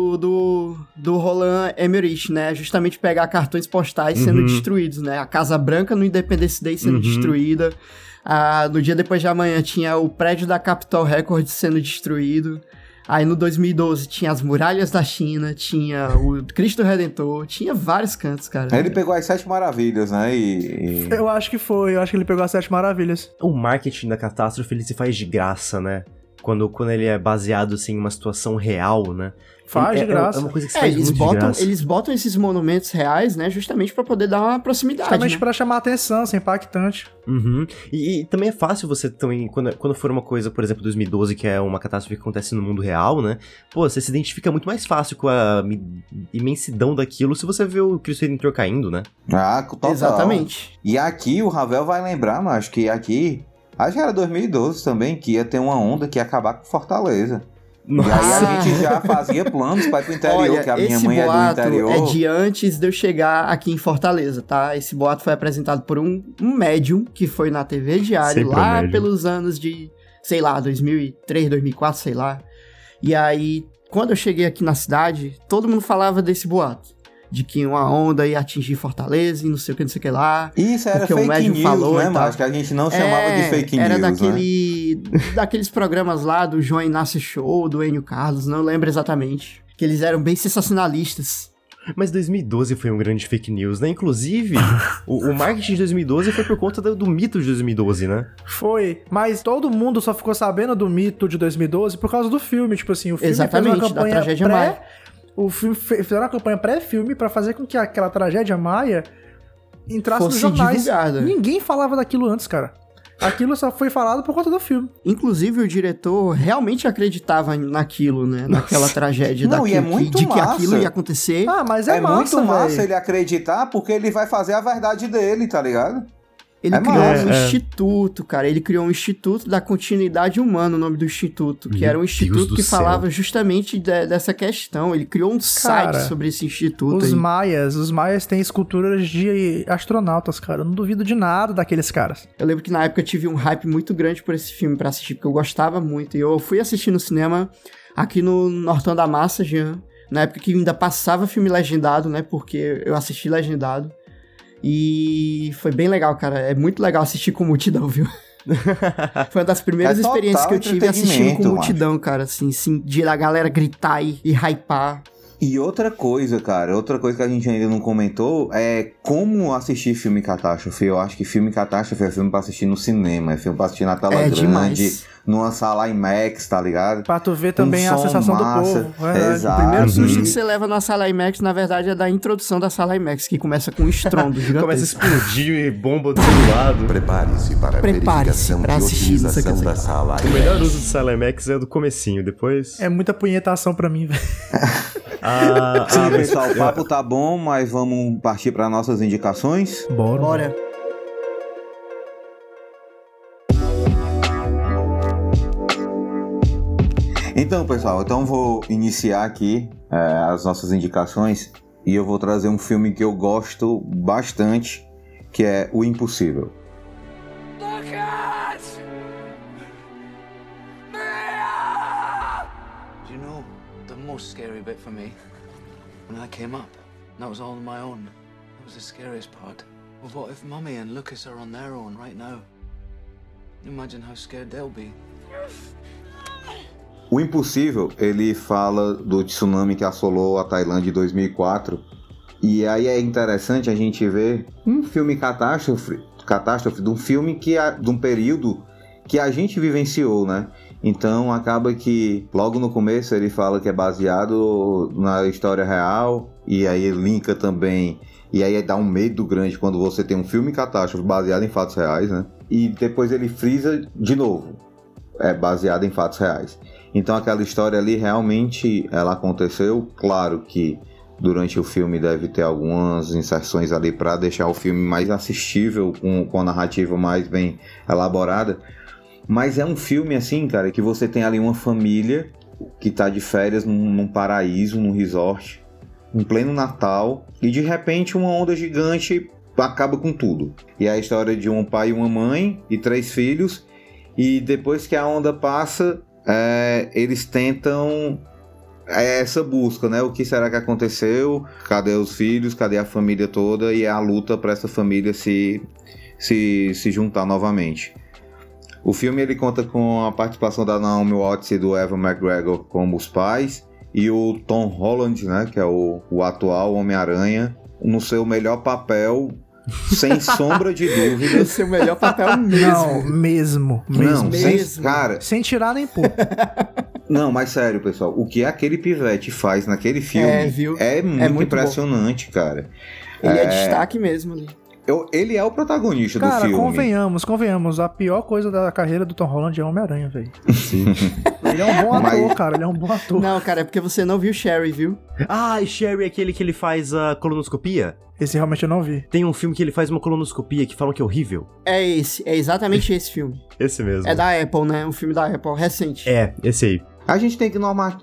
do Roland Emmerich, né? Justamente pegar cartões postais sendo destruídos, né? A Casa Branca no Independence Day sendo destruída. No dia depois de amanhã tinha o prédio da Capitol Records sendo destruído. Aí no 2012 tinha as muralhas da China, tinha o Cristo Redentor, tinha vários cantos, cara. Ele pegou as 7 maravilhas, né? Eu acho que ele pegou as 7 maravilhas. O marketing da catástrofe, ele se faz de graça, né? Quando ele é baseado, assim, em uma situação real, né? Faz de graça. É uma coisa que se faz muito de graça. Eles botam esses monumentos reais, né? Justamente pra poder dar uma proximidade, justamente, né? Pra chamar a atenção, ser impactante. E também é fácil você também, quando for uma coisa, por exemplo, 2012, que é uma catástrofe que acontece no mundo real, né? Pô, você se identifica muito mais fácil com a imensidão daquilo se você vê o Cristo Redentor caindo, né? Ah, total. Exatamente. E aqui, o Ravel vai lembrar, mas acho que aqui... Acho que era 2012 também, que ia ter uma onda que ia acabar com Fortaleza. Nossa. E aí a gente já fazia planos para ir pro interior. Olha, que a minha mãe é do interior. É de antes de eu chegar aqui em Fortaleza, tá? Esse boato foi apresentado por um médium que foi na TV Diário lá pelos anos de, sei lá, 2003, 2004, sei lá. E aí, quando eu cheguei aqui na cidade, todo mundo falava desse boato. De que uma onda ia atingir Fortaleza e não sei o que lá. Isso era fake news, falou, né, mas que a gente não chamava de fake news, era daqueles programas lá do João Inácio Show, do Enio Carlos, não lembro exatamente. Que eles eram bem sensacionalistas. Mas 2012 foi um grande fake news, né? Inclusive, o marketing de 2012 foi por conta do mito de 2012, né? Foi, mas todo mundo só ficou sabendo do mito de 2012 por causa do filme, tipo assim, o filme exatamente, fez uma campanha da tragédia Maia. O filme fizeram uma campanha pré-filme pra fazer com que aquela tragédia maia entrasse nos jornais. Divulgada. Ninguém falava daquilo antes, cara. Aquilo só foi falado por conta do filme. Inclusive, o diretor realmente acreditava naquilo, né? Naquela tragédia. Não, e é muito de massa. Que aquilo ia acontecer. Mas é massa, muito massa ele acreditar, porque ele vai fazer a verdade dele, tá ligado? Ele criou um instituto, cara. Ele criou um instituto da continuidade humana, o nome do instituto. Que era um instituto que falava justamente dessa questão. Ele criou um site sobre esse instituto. Os maias têm esculturas de astronautas, cara. Eu não duvido de nada daqueles caras. Eu lembro que na época eu tive um hype muito grande por esse filme pra assistir, porque eu gostava muito. E eu fui assistir no cinema aqui no Nortão da Massa, Jean. Na época que ainda passava filme legendado, né? Porque eu assisti legendado. E foi bem legal, cara. É muito legal assistir com multidão, viu? Foi uma das primeiras experiências que eu tive assistindo com multidão, cara. Assim, de a galera gritar e hypar. E outra coisa, cara, que a gente ainda não comentou é como assistir filme catástrofe. Eu acho que filme catástrofe é filme pra assistir no cinema, é filme pra assistir na tela grande, demais. Numa sala IMAX, tá ligado? Pra tu ver também a sensação do povo. Exato. O primeiro susto que você leva na sala IMAX, na verdade, é da introdução da sala IMAX, que começa com um estrondo gigantesco. Começa a explodir e bomba do todo lado. Prepare-se para a verificação pra assistir de utilização da sala IMAX. O melhor uso de sala IMAX é do comecinho, depois... É muita punhetação pra mim, velho. Sim, pessoal, o papo tá bom, mas vamos partir para nossas indicações? Bora. Então, pessoal, vou iniciar aqui as nossas indicações e eu vou trazer um filme que eu gosto bastante, que é O Impossível. Most scary bit for me when I came up. That was all on my own. That was the scariest part. Well, what if Mummy and Lucas are on their own right now? Imagine how scared they'll be. O Impossível, ele fala do tsunami que assolou a Tailândia em 2004. E aí é interessante a gente ver um filme catástrofe de um filme de um período que a gente vivenciou, né? Então acaba que logo no começo ele fala que é baseado na história real, e aí linka também, e aí dá um medo grande quando você tem um filme catástrofe baseado em fatos reais, né? E depois ele frisa de novo, é baseado em fatos reais. Então aquela história ali realmente ela aconteceu. Claro que durante o filme deve ter algumas inserções ali para deixar o filme mais assistível, com a narrativa mais bem elaborada. Mas é um filme assim, cara, que você tem ali uma família que tá de férias num paraíso, num resort, em pleno Natal, e de repente uma onda gigante acaba com tudo. E é a história de um pai e uma mãe e 3 filhos, e depois que a onda passa, eles tentam essa busca, né? O que será que aconteceu? Cadê os filhos? Cadê a família toda? E é a luta para essa família se juntar novamente. O filme ele conta com a participação da Naomi Watts e do Evan McGregor como os pais, e o Tom Holland, né, que é o atual Homem-Aranha, no seu melhor papel, sem sombra de dúvida. No seu melhor papel mesmo. Cara, sem tirar nem pôr. Não, mas sério, pessoal, o que aquele pivete faz naquele filme é muito impressionante, bom. Cara. Ele é destaque mesmo, né? Ele é o protagonista do filme. Convenhamos. A pior coisa da carreira do Tom Holland é Homem-Aranha, velho. Sim. Ele é um bom ator, cara. Ele é um bom ator. Não, cara, é porque você não viu Sherry, viu? Ah, e Sherry é aquele que ele faz a colonoscopia? Esse realmente eu não vi. Tem um filme que ele faz uma colonoscopia que falam que é horrível. É exatamente esse filme. Esse mesmo. É da Apple, né? Um filme da Apple, recente. É, esse aí. A gente tem que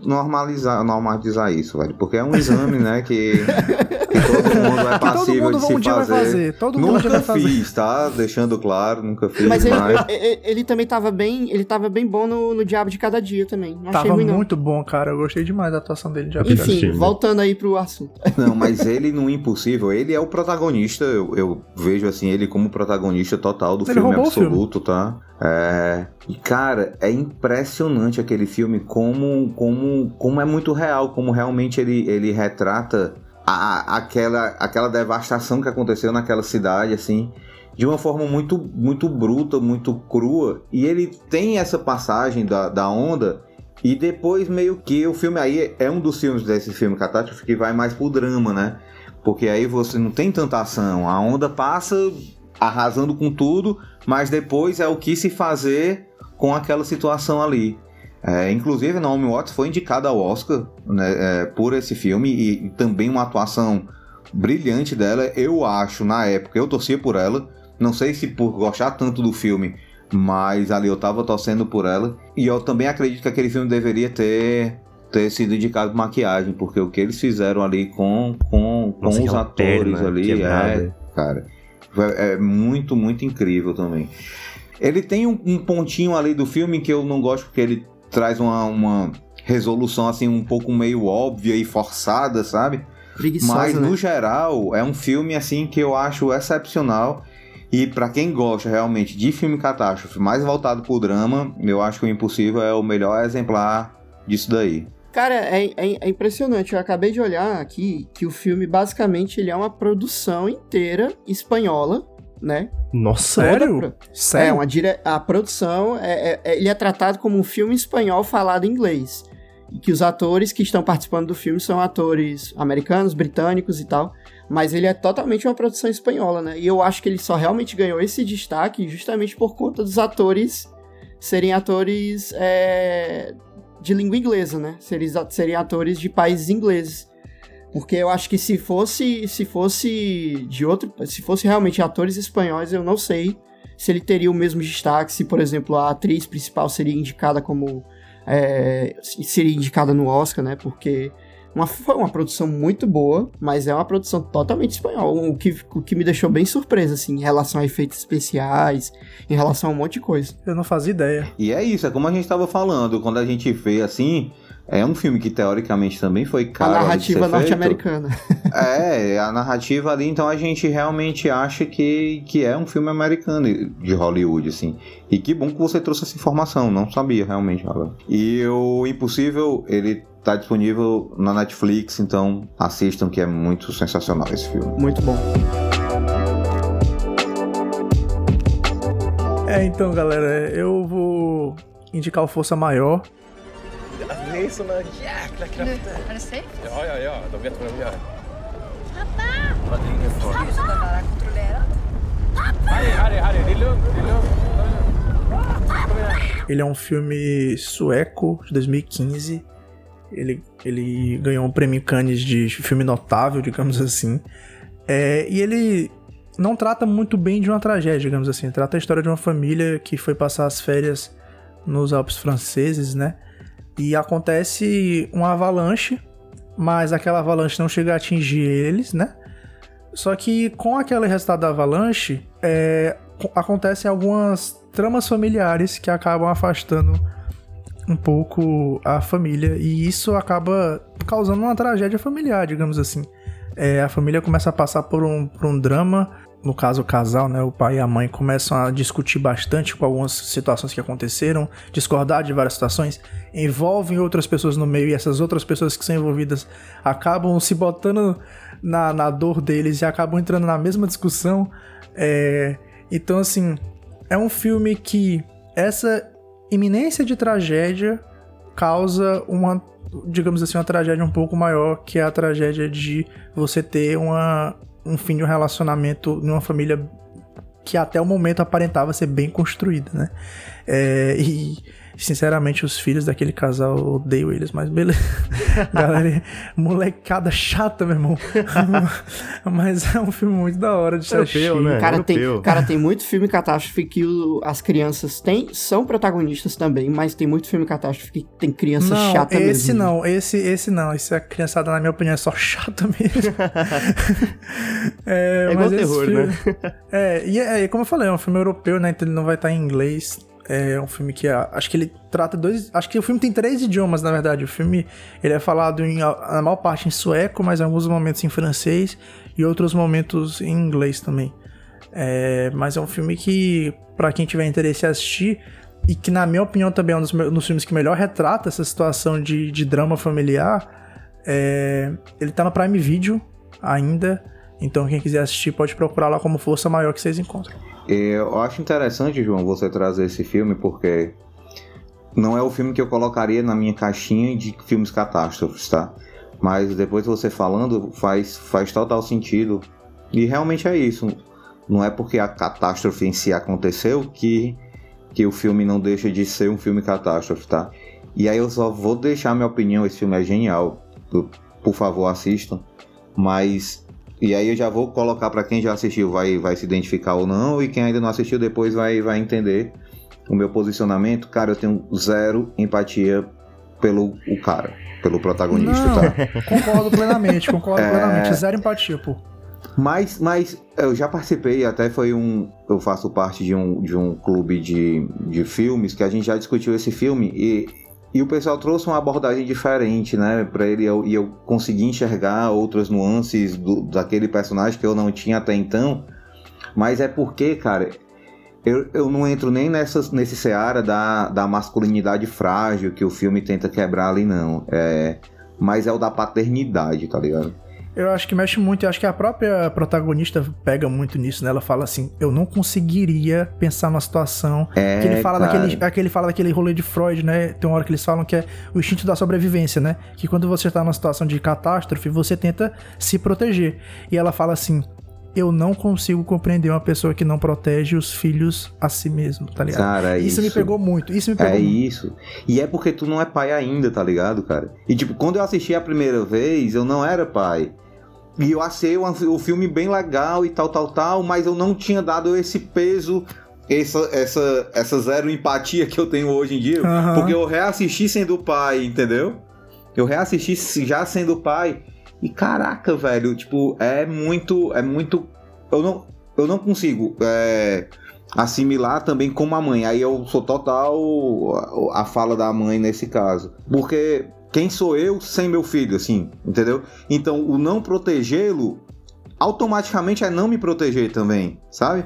normalizar isso, velho, porque é um exame, né, que todo mundo é passível de se fazer. Nunca fiz, tá? Deixando claro, nunca fiz. Mas ele também tava bem bom no Diabo de Cada Dia também. Não achei ruim, não. Muito bom, cara. Eu gostei demais da atuação dele. Enfim, voltando aí pro assunto. Não, mas ele no Impossível, ele é o protagonista, eu vejo assim, ele como protagonista total do filme absoluto, tá? E cara, é impressionante aquele filme como é muito real, como realmente ele retrata aquela devastação que aconteceu naquela cidade, assim, de uma forma muito, muito bruta, muito crua. E ele tem essa passagem da onda E depois meio que o filme aí é um dos filmes desse filme catástrofe que vai mais pro drama, né? Porque aí você não tem tanta ação, a onda passa arrasando com tudo, mas depois é o que se fazer com aquela situação ali. Inclusive Naomi Watts foi indicada ao Oscar, né, por esse filme e também uma atuação brilhante dela. Eu acho, na época, eu torcia por ela, não sei se por gostar tanto do filme, mas ali eu tava torcendo por ela. E eu também acredito que aquele filme deveria ter sido indicado por maquiagem, porque o que eles fizeram ali com os atores ali, cara, é muito, muito incrível também. Ele tem um pontinho ali do filme que eu não gosto, porque ele traz uma resolução assim um pouco meio óbvia e forçada, sabe? Preguiçosa, mas no né? geral é um filme assim que eu acho excepcional. E pra quem gosta realmente de filme catástrofe mais voltado pro drama, eu acho que O Impossível é o melhor exemplar disso daí. Cara, é impressionante. Eu acabei de olhar aqui que o filme, basicamente, ele é uma produção inteira espanhola, né? Nossa, sério? Sério? A produção, ele é tratado como um filme espanhol falado em inglês. E que os atores que estão participando do filme são atores americanos, britânicos e tal. Mas ele é totalmente uma produção espanhola, né? E eu acho que ele só realmente ganhou esse destaque justamente por conta dos atores serem atores de língua inglesa, né? Serem atores de países ingleses. Porque eu acho que se fosse realmente atores espanhóis, eu não sei se ele teria o mesmo destaque, se, por exemplo, a atriz principal seria indicada seria indicada no Oscar, né? Porque foi uma produção muito boa, mas é uma produção totalmente espanhola, o que me deixou bem surpresa, assim, em relação a efeitos especiais, em relação a um monte de coisa. Eu não fazia ideia. E é isso, é como a gente estava falando, quando a gente vê assim, é um filme que teoricamente também foi caro. A narrativa norte-americana. A narrativa ali, então a gente realmente acha que é um filme americano de Hollywood, assim. E que bom que você trouxe essa informação, não sabia realmente, Alan. E o Impossível, ele tá disponível na Netflix, então assistam, que é muito sensacional esse filme. Muito bom. Então, galera, eu vou indicar o Força Maior. Det är såna jäkla krafter. Är det safe? Ja, de vet vad de gör. Pappa! Ja, det är ingen fara. Ska du sådär där kontrollerat? Harry, det är lugnt. Ele é um filme sueco de 2015. Ele ganhou um prêmio Cannes de filme notável, digamos assim. E ele não trata muito bem de uma tragédia, digamos assim. Trata a história de uma família que foi passar as férias nos Alpes franceses, né? E acontece uma avalanche, mas aquela avalanche não chega a atingir eles, né? Só que com aquele resultado da avalanche, acontecem algumas tramas familiares que acabam afastando um pouco a família, e isso acaba causando uma tragédia familiar, digamos assim. A família começa a passar por um drama. No caso, o casal, né, o pai e a mãe começam a discutir bastante com algumas situações que aconteceram, discordar de várias situações, envolvem outras pessoas no meio, e essas outras pessoas que são envolvidas acabam se botando na dor deles e acabam entrando na mesma discussão. Então, assim, é um filme que essa iminência de tragédia causa digamos assim, uma tragédia um pouco maior, que é a tragédia de você ter um fim de um relacionamento numa família que até o momento aparentava ser bem construída, né? E, sinceramente, os filhos daquele casal, eu odeio eles, mas beleza. Galera, molecada chata, meu irmão. Mas é um filme muito da hora de se assistir. Né? Cara, tem muito filme catástrofe que as crianças são protagonistas também, mas tem muito filme catástrofe que tem criança chata mesmo. Esse não. Esse a criançada, na minha opinião, é só chata mesmo. Igual terror, filme, né? E como eu falei, é um filme europeu, né? Então ele não vai estar em inglês. É um filme que acho que ele trata acho que o filme tem 3 idiomas, na verdade. O filme ele é falado na maior parte em sueco, mas em alguns momentos em francês e outros momentos em inglês também. Mas é um filme que, pra quem tiver interesse em assistir, e que na minha opinião também é um dos filmes que melhor retrata essa situação de drama familiar, ele tá no Prime Video ainda. Então quem quiser assistir pode procurar lá como Força Maior, que vocês encontram. Eu acho interessante, João, você trazer esse filme, porque não é o filme que eu colocaria na minha caixinha de filmes catástrofes, tá? Mas depois você falando, faz total sentido. E realmente é isso. Não é porque a catástrofe em si aconteceu que o filme não deixa de ser um filme catástrofe, tá? E aí eu só vou deixar minha opinião, esse filme é genial. Por favor, assistam. Mas... E aí eu já vou colocar pra quem já assistiu, vai se identificar ou não. E quem ainda não assistiu, depois vai entender o meu posicionamento. Cara, eu tenho zero empatia pelo protagonista, não, tá? Concordo plenamente. Zero empatia, pô. Mas eu já participei, até eu faço parte de um clube de filmes que a gente já discutiu esse filme e o pessoal trouxe uma abordagem diferente, né, pra ele, e eu consegui enxergar outras nuances daquele personagem que eu não tinha até então. Mas é porque, cara, eu não entro nem nesse seara da masculinidade frágil que o filme tenta quebrar ali, não. Mas é o da paternidade, tá ligado? Eu acho que mexe muito, eu acho que a própria protagonista pega muito nisso, né? Ela fala assim, eu não conseguiria pensar numa situação que ele fala daquele rolê de Freud, né? Tem uma hora que eles falam que é o instinto da sobrevivência, né? Que quando você tá numa situação de catástrofe, você tenta se proteger. E ela fala assim, eu não consigo compreender uma pessoa que não protege os filhos a si mesmo, tá ligado? Cara, isso me pegou muito, isso. E é porque tu não é pai ainda, tá ligado, cara? E tipo, quando eu assisti a primeira vez, eu não era pai. E eu achei o filme bem legal e tal, mas eu não tinha dado esse peso, essa zero empatia que eu tenho hoje em dia, porque eu reassisti sendo pai, entendeu? Eu reassisti já sendo pai, e caraca, velho, tipo, é muito... Eu não consigo assimilar também como a mãe, aí eu sou total a fala da mãe nesse caso, porque... Quem sou eu sem meu filho, assim, entendeu? Então, o não protegê-lo, automaticamente é não me proteger também, sabe?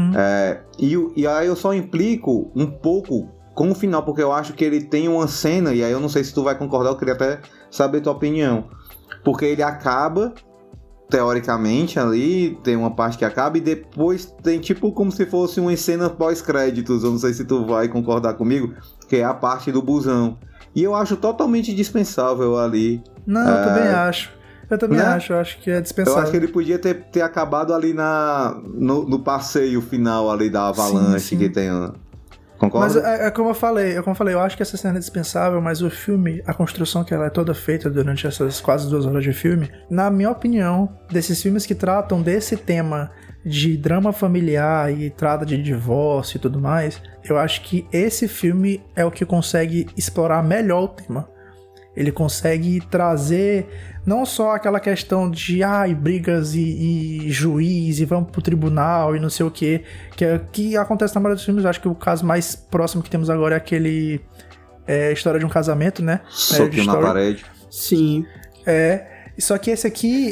E aí eu só implico um pouco com o final, porque eu acho que ele tem uma cena, e aí eu não sei se tu vai concordar, eu queria até saber tua opinião. Porque ele acaba, teoricamente, ali, tem uma parte que acaba, e depois tem tipo como se fosse uma cena pós-créditos, eu não sei se tu vai concordar comigo, que é a parte do busão. E eu acho totalmente dispensável ali. Não, eu também acho. Eu acho que é dispensável. Eu acho que ele podia ter acabado ali no passeio final ali da avalanche, sim. Que tem... Concorda? Mas como eu falei, eu acho que essa cena é dispensável, mas o filme, a construção que ela é toda feita durante essas quase 2 horas de filme, na minha opinião, desses filmes que tratam desse tema de drama familiar e trata de divórcio e tudo mais, eu acho que esse filme é o que consegue explorar melhor o tema. Ele consegue trazer não só aquela questão de brigas e juiz e vamos pro tribunal e não sei o que acontece na maioria dos filmes. Eu acho que o caso mais próximo que temos agora é aquele História de um Casamento, né? Soquinho na parede. Sim. Só que esse aqui,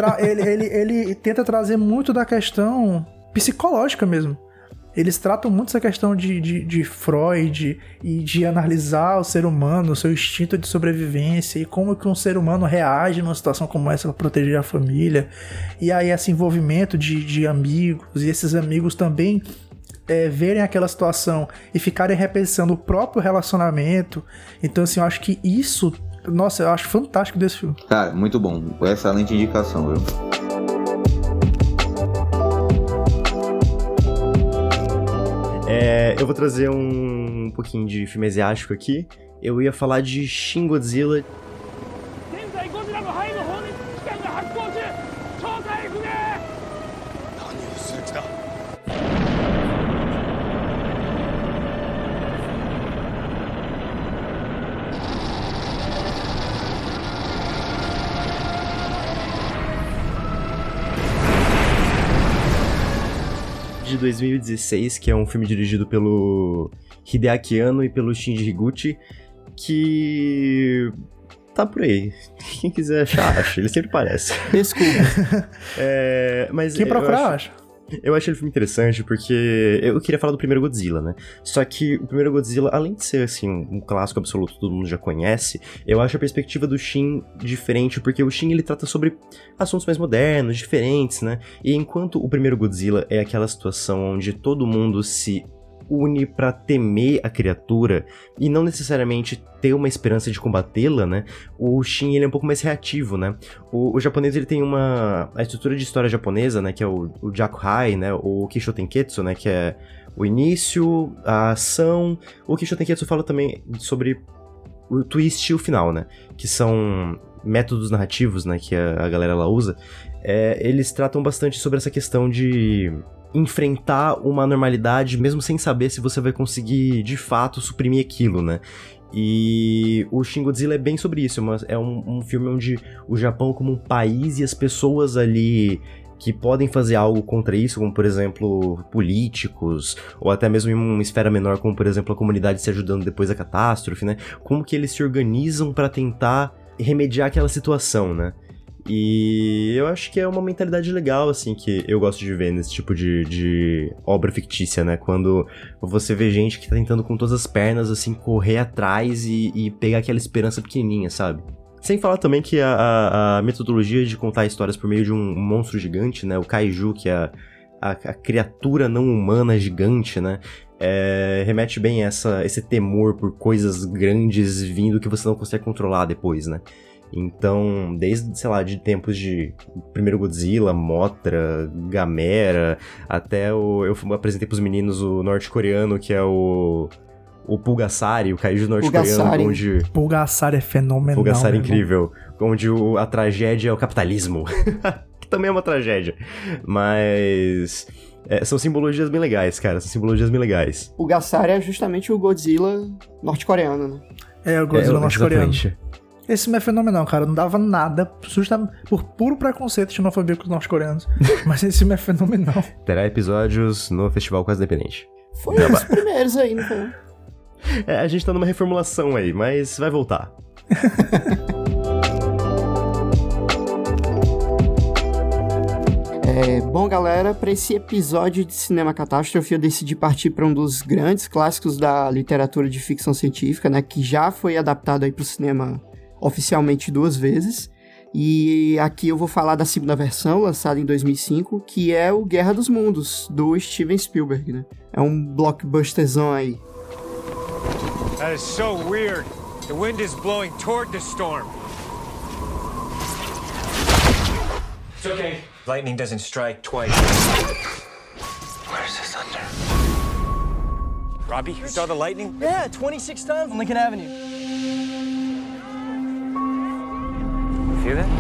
ele tenta trazer muito da questão psicológica mesmo. Eles tratam muito essa questão de Freud e de analisar o ser humano, o seu instinto de sobrevivência e como que um ser humano reage numa situação como essa para proteger a família. E aí esse envolvimento de amigos, e esses amigos também verem aquela situação e ficarem repensando o próprio relacionamento. Então, assim, eu acho que isso... Nossa, eu acho fantástico desse filme. Cara, muito bom. Excelente indicação, viu? Eu vou trazer um pouquinho de filme asiático aqui. Eu ia falar de Shin Godzilla. De 2016, que é um filme dirigido pelo Hideaki Anno e pelo Shinji Higuchi, que tá por aí. Quem quiser achar, acha. Ele sempre parece. Desculpa. Mas quem procurar, acha. Eu achei ele filme interessante porque eu queria falar do primeiro Godzilla, né? Só que o primeiro Godzilla, além de ser, assim, um clássico absoluto que todo mundo já conhece, eu acho a perspectiva do Shin diferente, porque o Shin, ele trata sobre assuntos mais modernos, diferentes, né? E enquanto o primeiro Godzilla é aquela situação onde todo mundo se une pra temer a criatura e não necessariamente ter uma esperança de combatê-la, né? O Shin, ele é um pouco mais reativo, né? O japonês, ele tem a estrutura de história japonesa, né? Que é o Jakuhai, né? O Kisho Tenketsu, né? Que é o início, a ação. O Kisho Tenketsu fala também sobre o twist e o final, né? Que são métodos narrativos, né? Que a galera lá usa. Eles tratam bastante sobre essa questão de enfrentar uma normalidade mesmo sem saber se você vai conseguir de fato suprimir aquilo, né? E o Shin Godzilla é bem sobre isso, mas é um filme onde o Japão como um país e as pessoas ali que podem fazer algo contra isso, como por exemplo políticos, ou até mesmo em uma esfera menor, como por exemplo a comunidade se ajudando depois da catástrofe, né? Como que eles se organizam para tentar remediar aquela situação, né? E eu acho que é uma mentalidade legal, assim, que eu gosto de ver nesse tipo de obra fictícia, né? Quando você vê gente que tá tentando com todas as pernas, assim, correr atrás e pegar aquela esperança pequenininha, sabe? Sem falar também que a metodologia de contar histórias por meio de um monstro gigante, né? O Kaiju, que é a criatura não humana gigante, né? Remete bem a esse temor por coisas grandes vindo que você não consegue controlar depois, né? Então, desde, sei lá, de tempos de primeiro Godzilla, Mothra, Gamera, até eu apresentei pros meninos o norte-coreano, que é o Pulgasari, o Kaiju norte-coreano, onde... Pulgasari é fenomenal. Pulgasari é incrível, onde a tragédia é o capitalismo, que também é uma tragédia, mas... são simbologias bem legais, cara, são simbologias bem legais. O Pulgasari é justamente o Godzilla norte-coreano, né? O Godzilla norte-coreano. Esse filme é fenomenal, cara. Não dava nada, justamente por puro preconceito xenofobia com os norte-coreanos. Mas esse filme é fenomenal. Terá episódios no Festival Quase Independente. Foi os primeiros aí, não foi? A gente tá numa reformulação aí, mas vai voltar. Bom, galera, para esse episódio de Cinema Catástrofe, eu decidi partir para um dos grandes clássicos da literatura de ficção científica, né? Que já foi adaptado aí pro cinema oficialmente 2 vezes, e aqui eu vou falar da segunda versão, lançada em 2005, que é o Guerra dos Mundos, do Steven Spielberg, né? É um blockbusterzão aí. That is so weird. The wind is blowing toward the storm. It's okay. Lightning doesn't strike twice. Where's the thunder? Robbie, you saw the lightning? Yeah, 26 times on Lincoln Avenue. Feel that?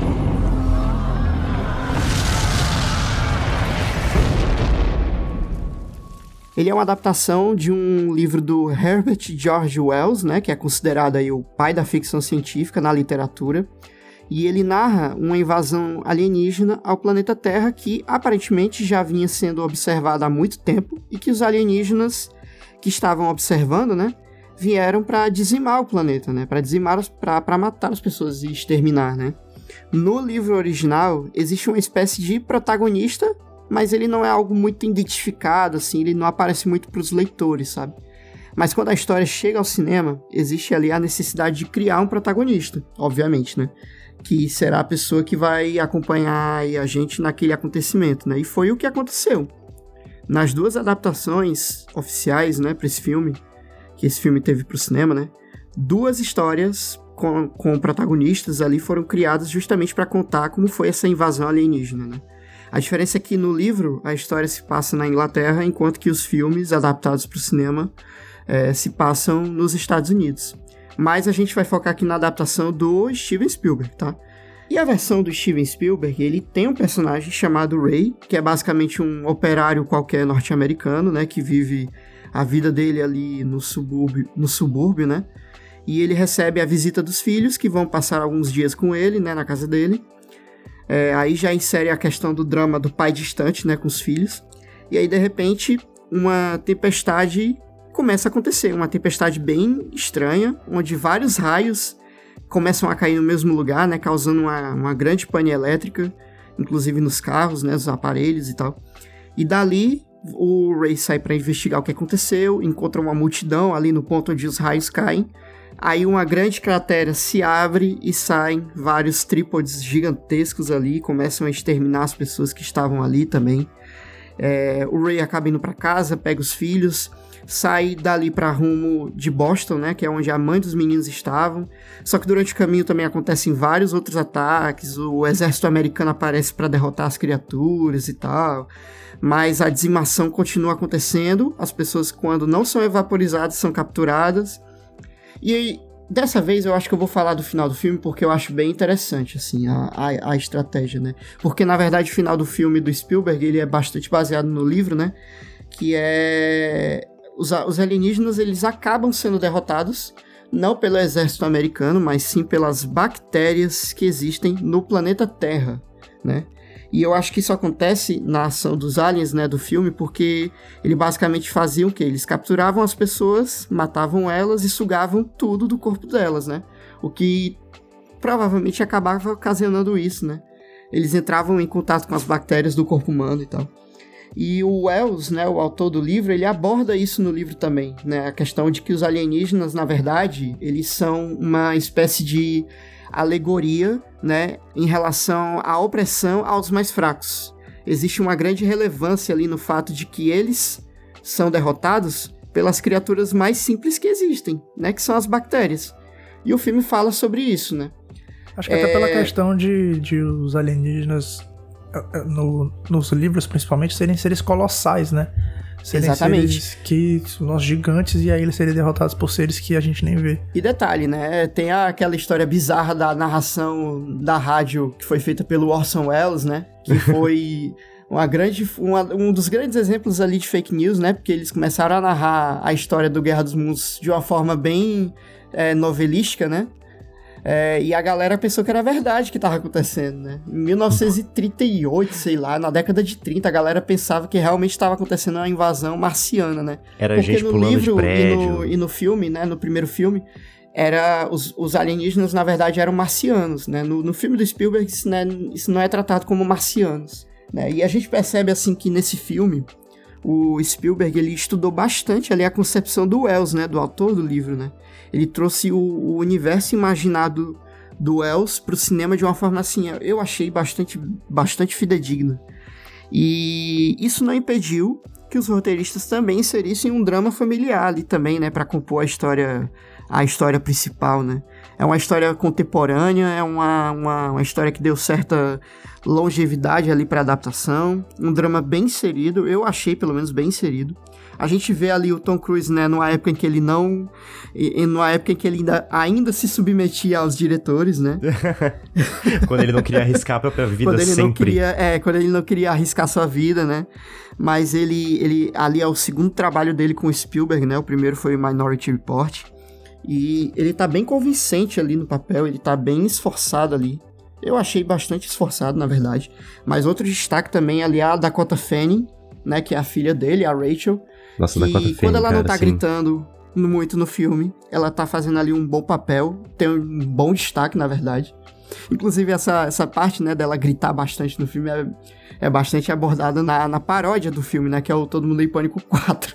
Ele é uma adaptação de um livro do Herbert George Wells, né, que é considerado aí o pai da ficção científica na literatura, e ele narra uma invasão alienígena ao planeta Terra que aparentemente já vinha sendo observada há muito tempo e que os alienígenas que estavam observando, né, vieram para dizimar o planeta, né, para matar as pessoas e exterminar, né. No livro original, existe uma espécie de protagonista, mas ele não é algo muito identificado, assim, ele não aparece muito para os leitores, sabe? Mas quando a história chega ao cinema, existe ali a necessidade de criar um protagonista, obviamente, né? Que será a pessoa que vai acompanhar a gente naquele acontecimento, né? E foi o que aconteceu. Nas 2 adaptações oficiais, né, para esse filme, que esse filme teve para o cinema, né? 2 histórias com protagonistas ali foram criadas justamente para contar como foi essa invasão alienígena, né? A diferença é que no livro a história se passa na Inglaterra, enquanto que os filmes adaptados para o cinema se passam nos Estados Unidos. Mas a gente vai focar aqui na adaptação do Steven Spielberg, tá? E a versão do Steven Spielberg, ele tem um personagem chamado Ray, que é basicamente um operário qualquer norte-americano, né? Que vive a vida dele ali no subúrbio, né? E ele recebe a visita dos filhos, que vão passar alguns dias com ele, né, na casa dele. Aí já insere a questão do drama do pai distante, né, com os filhos. E aí, de repente, uma tempestade começa a acontecer. Uma tempestade bem estranha, onde vários raios começam a cair no mesmo lugar, né, causando uma grande pane elétrica, inclusive nos carros, né, os aparelhos e tal. E dali, o Ray sai para investigar o que aconteceu, encontra uma multidão ali no ponto onde os raios caem. Aí uma grande cratera se abre e saem vários trípodes gigantescos ali, começam a exterminar as pessoas que estavam ali também. O Ray acaba indo pra casa, pega os filhos, sai dali pra rumo de Boston, né, que é onde a mãe dos meninos estavam. Só que durante o caminho também acontecem vários outros ataques, o exército americano aparece pra derrotar as criaturas e tal, mas a dizimação continua acontecendo, as pessoas, quando não são evaporizadas, são capturadas. E aí, dessa vez eu acho que eu vou falar do final do filme, porque eu acho bem interessante, assim, a estratégia, né? Porque, na verdade, o final do filme do Spielberg, ele é bastante baseado no livro, né? Que é... Os alienígenas, eles acabam sendo derrotados, não pelo exército americano, mas sim pelas bactérias que existem no planeta Terra, né? E eu acho que isso acontece na ação dos aliens, né, do filme, porque eles basicamente faziam o quê? Eles capturavam as pessoas, matavam elas e sugavam tudo do corpo delas, né? O que provavelmente acabava ocasionando isso, né? Eles entravam em contato com as bactérias do corpo humano e tal. E o Wells, né, o autor do livro, ele aborda isso no livro também, né? A questão de que os alienígenas, na verdade, eles são uma espécie de alegoria, né, em relação à opressão aos mais fracos. Existe uma grande relevância ali no fato de que eles são derrotados pelas criaturas mais simples que existem, né, que são as bactérias. E o filme fala sobre isso, né? Acho que até pela questão de os alienígenas, nos livros principalmente, serem seres colossais, né? Serem seres que nós gigantes, e aí eles seriam derrotados por seres que a gente nem vê. E detalhe, né? Tem aquela história bizarra da narração da rádio que foi feita pelo Orson Welles, né? Que foi um dos grandes exemplos ali de fake news, né? Porque eles começaram a narrar a história do Guerra dos Mundos de uma forma bem novelística, né? E a galera pensou que era verdade que estava acontecendo, né? Em 1938, sei lá, na década de 30, a galera pensava que realmente estava acontecendo uma invasão marciana, né? Era porque gente pulando de prédio. E no filme, né? No primeiro filme, os alienígenas, na verdade, eram marcianos, né? No filme do Spielberg, isso não é tratado como marcianos, né? E a gente percebe, assim, que nesse filme, o Spielberg, ele estudou bastante ali a concepção do Wells, né? Do autor do livro, né? Ele trouxe o universo imaginado do Wells pro cinema de uma forma, assim, eu achei bastante fidedigna. E isso não impediu que os roteiristas também inserissem um drama familiar ali também, né? Pra compor a história principal, né? É uma história contemporânea, é uma história que deu certa longevidade ali pra adaptação. Um drama bem inserido, eu achei pelo menos bem inserido. A gente vê ali o Tom Cruise, né, numa época em que ele ainda se submetia aos diretores, né? Quando ele não queria arriscar a própria vida sempre. Quando ele não queria arriscar sua vida, né? Mas ele ali é o segundo trabalho dele com o Spielberg, né? O primeiro foi Minority Report. E ele tá bem convincente ali no papel, ele tá bem esforçado ali. Eu achei bastante esforçado, na verdade. Mas outro destaque também ali é a Dakota Fanning, né? Que é a filha dele, a Rachel. Nossa, Dakota Fanning, quando ela não tá assim, gritando muito no filme, ela tá fazendo ali um bom papel, tem um bom destaque, na verdade. Inclusive, essa parte, né, dela gritar bastante no filme é bastante abordada na paródia do filme, né, que é o Todo Mundo em Pânico 4.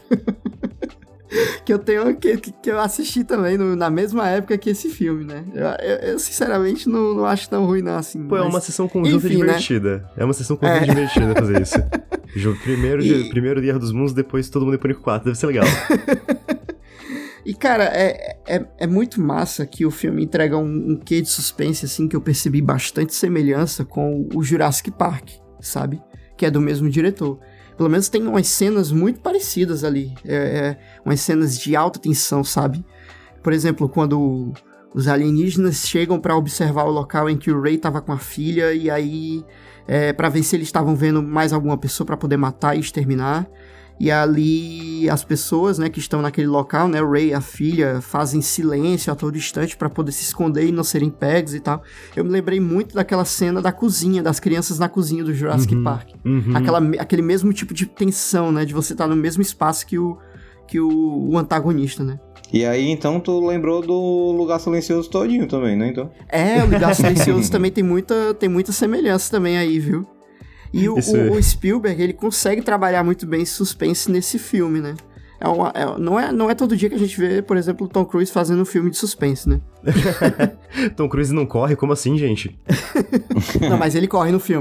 que eu assisti também na mesma época que esse filme, né? Eu sinceramente não acho tão ruim, não, assim. Pô, é uma sessão conjunta divertida. Né? É uma sessão conjunta divertida fazer isso. Primeiro Guerra dos Mundos, depois Todo Mundo em Pânico 4. Deve ser legal. E, cara, é muito massa que o filme entrega um quê de suspense, assim, que eu percebi bastante semelhança com o Jurassic Park, sabe? Que é do mesmo diretor. Pelo menos tem umas cenas muito parecidas ali. Umas cenas de alta tensão, sabe? Por exemplo, quando os alienígenas chegam pra observar o local em que o Ray tava com a filha, e aí pra ver se eles estavam vendo mais alguma pessoa pra poder matar e exterminar. E ali as pessoas, né, que estão naquele local, né, o Ray e a filha, fazem silêncio a todo instante pra poder se esconder e não serem pegos e tal. Eu me lembrei muito daquela cena da cozinha, das crianças na cozinha do Jurassic Park. Aquele mesmo tipo de tensão, né, de você estar no mesmo espaço que o antagonista, né. E aí, então, tu lembrou do Lugar Silencioso todinho também, né, então? O Lugar Silencioso também tem muita semelhança também aí, viu? E o Spielberg, ele consegue trabalhar muito bem esse suspense nesse filme, né? Não é todo dia que a gente vê, por exemplo, o Tom Cruise fazendo um filme de suspense, né? Tom Cruise não corre? Como assim, gente? Não, mas ele corre no filme.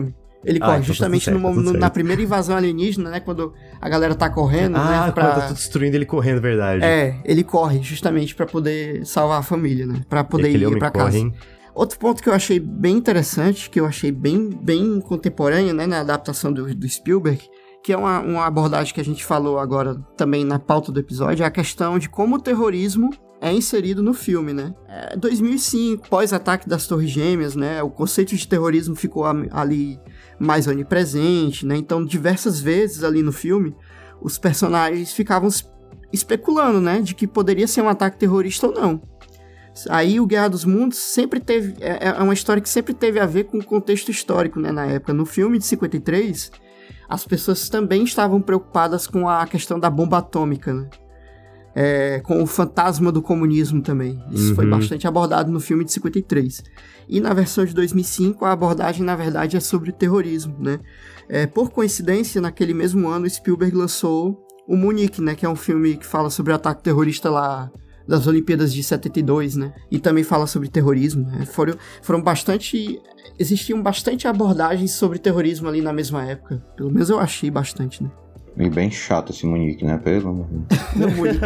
Ele corre justamente na primeira invasão alienígena, né? Quando a galera tá correndo, né? Quando tá tudo destruindo, ele correndo, verdade. Ele corre justamente pra poder salvar a família, né? Pra poder ir pra casa. Hein? Outro ponto que eu achei bem interessante, que eu achei bem contemporâneo, né? Na adaptação do Spielberg, que é uma abordagem que a gente falou agora também na pauta do episódio, é a questão de como o terrorismo é inserido no filme, né? 2005, pós-ataque das Torres Gêmeas, né? O conceito de terrorismo ficou ali mais onipresente, né? Então, diversas vezes ali no filme, os personagens ficavam especulando, né? De que poderia ser um ataque terrorista ou não. Aí, o Guerra dos Mundos sempre teve... É uma história que sempre teve a ver com o contexto histórico, né? Na época. No filme de 53, as pessoas também estavam preocupadas com a questão da bomba atômica, né? Com o fantasma do comunismo também. Isso foi bastante abordado no filme de 53. E na versão de 2005, a abordagem, na verdade, é sobre o terrorismo, né? Por coincidência, naquele mesmo ano, Spielberg lançou o Munique, né? Que é um filme que fala sobre o ataque terrorista lá das Olimpíadas de 72, né? E também fala sobre terrorismo, né? Existiam bastante abordagens sobre terrorismo ali na mesma época. Pelo menos eu achei bastante, né? E bem chato esse Munique, né, Pedro? O Munique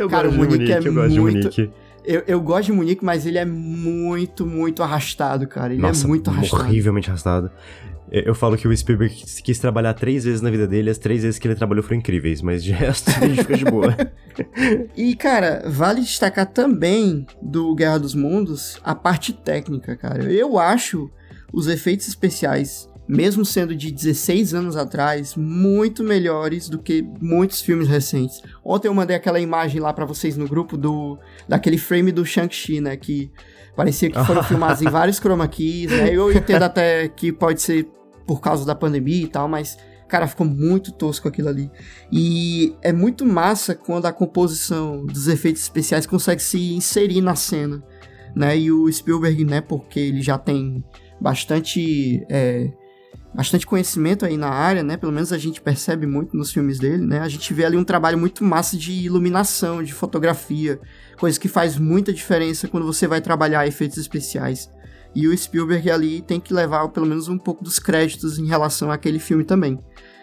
é muito... Eu gosto de Munique, mas ele é muito, muito arrastado, cara. Ele é muito arrastado. Horrivelmente arrastado. Eu falo que o Spielberg quis trabalhar 3 vezes na vida dele, as 3 vezes que ele trabalhou foram incríveis, mas de resto a gente fica de boa. E, cara, vale destacar também do Guerra dos Mundos a parte técnica, cara. Eu acho os efeitos especiais, mesmo sendo de 16 anos atrás, muito melhores do que muitos filmes recentes. Ontem eu mandei aquela imagem lá pra vocês no grupo daquele frame do Shang-Chi, né, que parecia que foram filmados em vários chroma keys, né, eu entendo até que pode ser por causa da pandemia e tal, mas, cara, ficou muito tosco aquilo ali. E é muito massa quando a composição dos efeitos especiais consegue se inserir na cena, né, e o Spielberg, né, porque ele já tem bastante conhecimento aí na área, né? Pelo menos a gente percebe muito nos filmes dele, né? A gente vê ali um trabalho muito massa de iluminação, de fotografia, coisa que faz muita diferença quando você vai trabalhar efeitos especiais. E o Spielberg ali tem que levar pelo menos um pouco dos créditos em relação àquele filme também.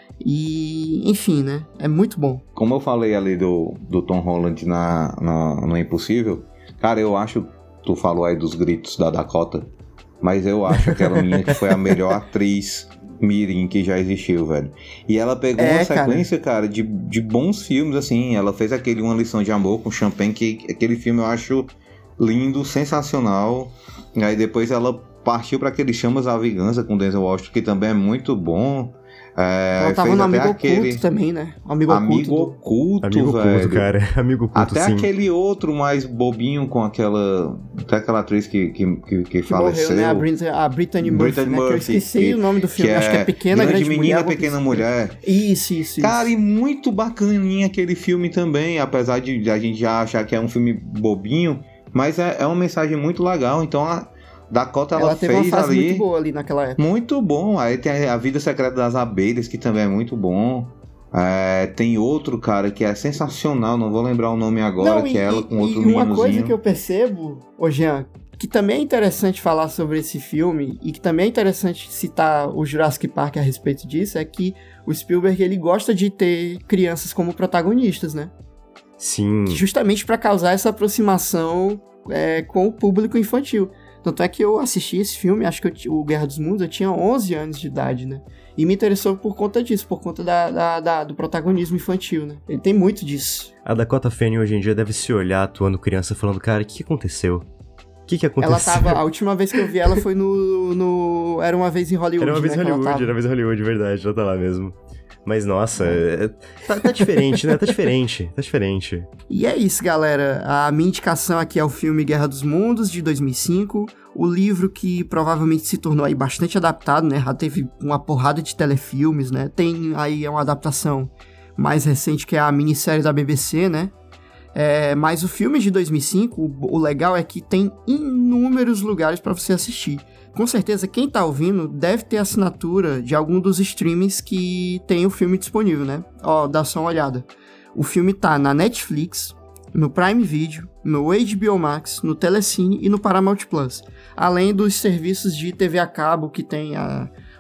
E, enfim, né? É muito bom. Como eu falei ali do Tom Holland no Impossível, cara, eu acho, tu falou aí dos gritos da Dakota, mas eu acho aquela menina que foi a melhor atriz mirim que já existiu, velho. E ela pegou uma sequência, cara, de bons filmes, assim. Ela fez Uma Lição de Amor com Champagne, que aquele filme eu acho lindo, sensacional. E aí depois ela partiu para aquele Chamas da Vingança com Denzel Washington, que também é muito bom. Ela tava no Amigo Oculto também, né? Amigo Oculto, velho. Cara. Amigo Oculto, até sim. Aquele outro mais bobinho com aquela atriz que faleceu. Morreu, né? A Brittany Murphy, né? Que eu esqueci o nome do filme. Acho que é Pequena Grande Menina, Mulher. Pequena Mulher. Isso. Cara, e muito bacaninha aquele filme também, apesar de a gente já achar que é um filme bobinho, mas é uma mensagem muito legal. Então Dakota, ela teve fez uma fase ali muito boa ali naquela época. Muito bom. Aí tem A Vida Secreta das Abelhas, que também é muito bom. Tem outro, cara, que é sensacional, não vou lembrar o nome agora, que é ela com outro meninozinho. E uma coisa que eu percebo, Jean, que também é interessante falar sobre esse filme, e que também é interessante citar o Jurassic Park a respeito disso, é que o Spielberg, ele gosta de ter crianças como protagonistas, né? Sim. Justamente para causar essa aproximação com o público infantil. Tanto é que eu assisti esse filme, acho que o Guerra dos Mundos, eu tinha 11 anos de idade, né? E me interessou por conta disso, por conta do protagonismo infantil, né? Ele tem muito disso. A Dakota Fanning hoje em dia deve se olhar atuando criança falando, cara, o que aconteceu? O que aconteceu? A última vez que eu vi ela foi no Era Uma Vez em Hollywood, Era Uma Vez em Hollywood, verdade, ela tá lá mesmo. Mas, nossa, tá diferente, né? Tá diferente. E é isso, galera. A minha indicação aqui é o filme Guerra dos Mundos, de 2005. O livro que provavelmente se tornou aí bastante adaptado, né? Já teve uma porrada de telefilmes, né? Tem aí uma adaptação mais recente, que é a minissérie da BBC, né? Mas o filme de 2005, o legal é que tem inúmeros lugares para você assistir. Com certeza, quem tá ouvindo deve ter assinatura de algum dos streamings que tem o filme disponível, né? Dá só uma olhada. O filme tá na Netflix, no Prime Video, no HBO Max, no Telecine e no Paramount Plus. Além dos serviços de TV a cabo que tem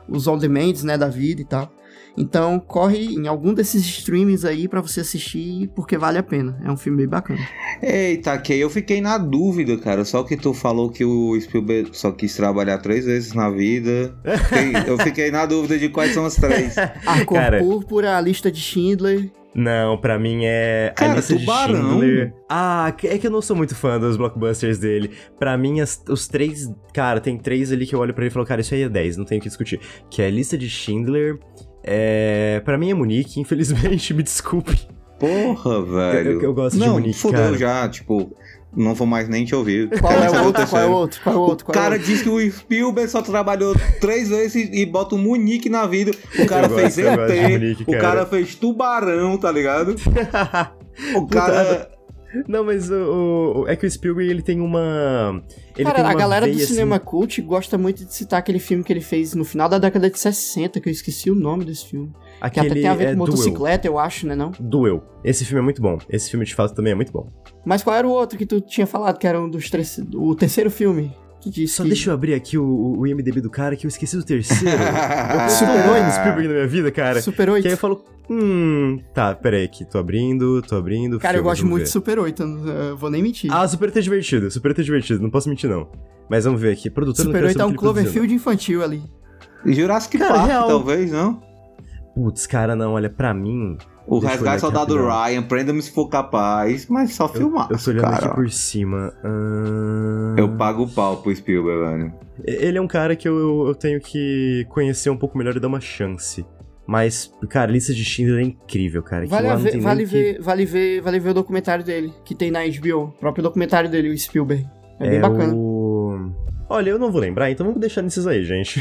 os on-demands, né, da vida e tal. Então, corre em algum desses streamings aí pra você assistir, porque vale a pena. É um filme bem bacana. Eita, Kay, eu fiquei na dúvida, cara. Só que tu falou que o Spielberg só quis trabalhar 3 vezes na vida. Eu fiquei na dúvida de quais são as 3. A Cor Púrpura, A Lista de Schindler... Não, pra mim é cara, A Lista Tubarão. de Schindler. Ah, é que eu não sou muito fã dos blockbusters dele. Pra mim, os 3... Cara, tem 3 ali que eu olho pra ele e falo, cara, isso aí é 10, não tem o que discutir. Que é A Lista de Schindler... Pra mim é Munique, infelizmente, me desculpe. Porra, velho. Eu gosto de Munique, fudeu cara. já, tipo... Não vou mais nem te ouvir. Qual é o outro? O cara disse que o Spielberg só trabalhou 3 vezes e bota o Munique na vida. O cara fez ET, o cara fez Tubarão, tá ligado? O cara... Não, mas é que o Spielberg, ele tem uma... Cara, a galera do cinema cult gosta muito de citar aquele filme que ele fez no final da década de 60, que eu esqueci o nome desse filme. Que até tem a ver com motocicleta, eu acho, né, não? Duel. Esse filme é muito bom. Esse filme, de fato, também é muito bom. Mas qual era o outro que tu tinha falado, que era um dos o terceiro filme? Deixa eu abrir aqui o IMDb do cara, que eu esqueci do terceiro. Super 8 Spielberg na minha vida, cara. Super 8. Que aí eu falo, tá, peraí aqui, tô abrindo. Cara, eu gosto muito de Super 8, eu vou nem mentir. Ah, Super 8 é divertido, não posso mentir não. Mas vamos ver aqui, produtor... Super 8 é um Cloverfield infantil ali. Jurassic Park, talvez, não? Putz, cara, não, olha, pra mim... O Resgate Soldado Ryan, Prenda-me se for capaz, mas só filmar. Eu tô olhando aqui por cima. Eu pago o pau pro Spielberg, velho. Ele é um cara que eu tenho que conhecer um pouco melhor e dar uma chance. Mas, cara, Lista de Schindler é incrível, cara. Vale ver o documentário dele, que tem na HBO. O próprio documentário dele, o Spielberg. É bem bacana. Olha, eu não vou lembrar, então vamos deixar nesses aí, gente.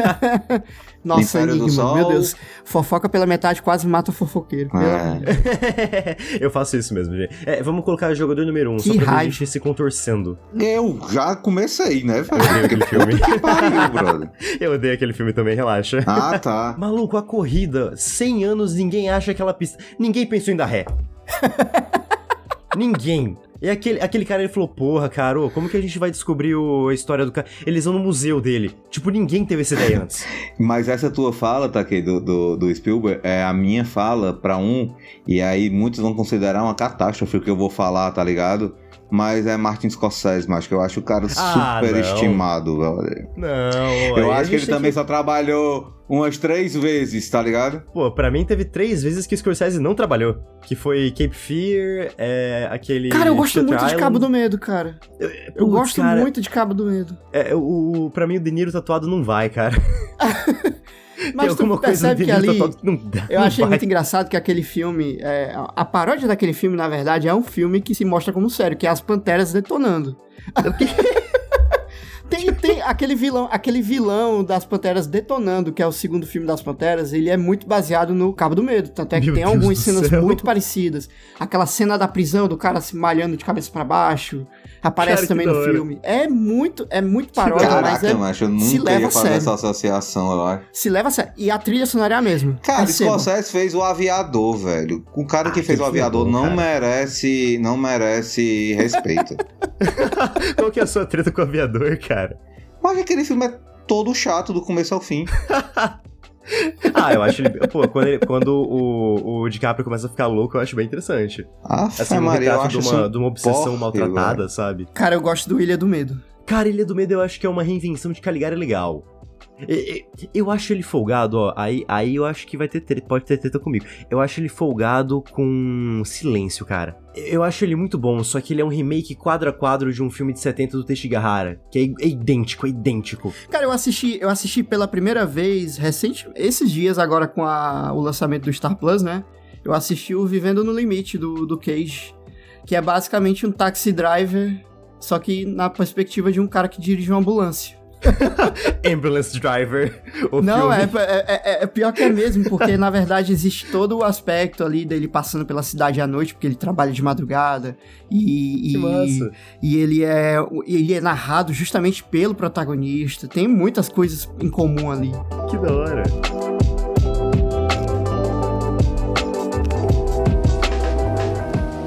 Nossa, Enigma, meu Deus. Fofoca pela metade quase mata o fofoqueiro. Eu faço isso mesmo, gente. Vamos colocar jogador número 1, só pra gente se contorcendo. Eu já comecei, né, velho? Eu odeio aquele filme. Pariu, brother. Eu odeio aquele filme também, relaxa. Ah, tá. Maluco, a corrida, 100 anos, ninguém acha aquela pista. Ninguém pensou em dar ré. Ninguém. E aquele cara, ele falou, porra, cara, como que a gente vai descobrir a história do cara? Eles vão no museu dele. Tipo, ninguém teve essa ideia antes. Mas essa tua fala, Takei, do Spielberg, é a minha fala pra e aí muitos vão considerar uma catástrofe o que eu vou falar, tá ligado? Mas é Martin Scorsese, mas que eu acho o cara super estimado, velho. Não, eu acho que ele também só trabalhou umas 3 vezes, tá ligado? Pô, pra mim teve 3 vezes que o Scorsese não trabalhou. Que foi Cape Fear, aquele... Cara, eu gosto muito de Cabo do Medo, cara. Eu gosto muito de Cabo do Medo. Pra mim o De Niro tatuado não vai, cara. Mas tu percebe que ali, eu achei muito engraçado que aquele filme, a paródia daquele filme, na verdade, é um filme que se mostra como sério, que é as Panteras detonando. Tem aquele vilão das Panteras detonando, que é o segundo filme das Panteras, ele é muito baseado no Cabo do Medo, tanto é que tem algumas cenas muito parecidas. Aquela cena da prisão, do cara se malhando de cabeça pra baixo, aparece também no filme. É muito paródia, caraca, mas eu nunca ia fazer essa associação, eu acho. Se leva a sério. E a trilha sonora é a mesma. Cara, Scorsese fez O Aviador, velho. O cara que fez O Aviador não merece respeito. Qual que é a sua treta com o Aviador, cara? Mas aquele filme é todo chato do começo ao fim. Eu acho ele... Pô, quando o DiCaprio começa a ficar louco, eu acho bem interessante. Assim, Maria, eu acho de uma obsessão maltratada, sabe? Cara, eu gosto do Ilha do Medo. Cara, Ilha do Medo eu acho que é uma reinvenção de Caligari legal. Eu acho ele folgado, ó. Aí eu acho que pode ter treta comigo. Eu acho ele folgado com silêncio, cara. Eu acho ele muito bom, só que ele é um remake quadro a quadro de um filme de 70 do Teshigahara, que é idêntico. Cara, eu assisti pela primeira vez esses dias agora com o lançamento do Star Plus, né? Eu assisti o Vivendo no Limite do Cage, que é basicamente um taxi driver, só que na perspectiva de um cara que dirige uma ambulância. Ambulance Driver. Não, é pior que é mesmo, porque na verdade existe todo o aspecto ali dele passando pela cidade à noite, porque ele trabalha de madrugada que massa. E ele é narrado justamente pelo protagonista. Tem muitas coisas em comum ali. Que da hora.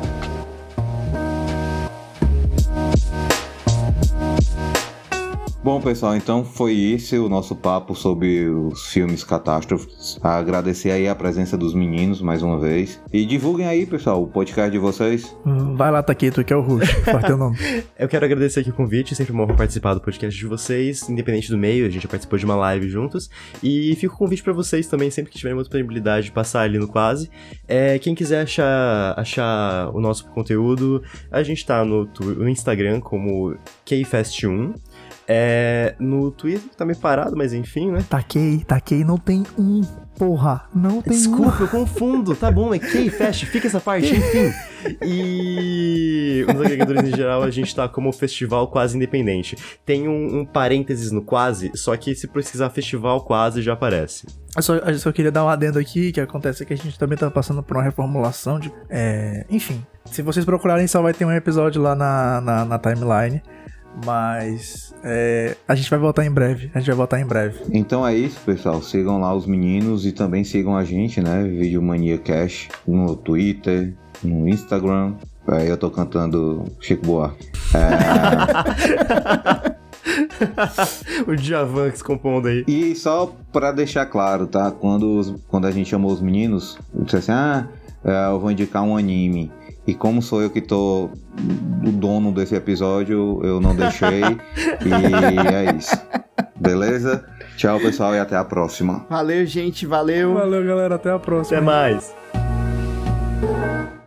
Bom, Bom, pessoal, então foi esse o nosso papo sobre os filmes catástrofes. Agradecer aí a presença dos meninos mais uma vez. E divulguem aí, pessoal, o podcast de vocês. Vai lá, Taquito, que é o Rush. Fala teu nome. Eu quero agradecer aqui o convite, sempre uma honra participar do podcast de vocês, independente do meio, a gente já participou de uma live juntos. E fica o convite pra vocês também, sempre que tiverem uma disponibilidade de passar ali no Quase. Quem quiser achar o nosso conteúdo, a gente tá no Instagram como KFest1. No Twitter tá meio parado, mas enfim, né? Taquei, não tem porra, não tem Desculpa, eu confundo, tá bom, é KFest, fica essa parte, enfim. E nos agregadores em geral a gente tá como Festival Quase Independente. Tem um parênteses no Quase, só que se precisar Festival Quase já aparece. Eu só queria dar um adendo aqui, que acontece que a gente também tá passando por uma reformulação de... enfim, se vocês procurarem só vai ter um episódio lá na timeline. Mas a gente vai voltar em breve. Então é isso, pessoal. Sigam lá os meninos e também sigam a gente, né? Videomania Cash no Twitter, no Instagram. Eu tô cantando Chico Buarque. O Djavan que se compondo aí. E só pra deixar claro, tá? Quando a gente chamou os meninos, eu disse assim, eu vou indicar um anime. E como sou eu que tô o dono desse episódio, eu não deixei. E é isso. Beleza? Tchau, pessoal, e até a próxima. Valeu, gente. Valeu. Valeu, galera. Até a próxima. Até mais.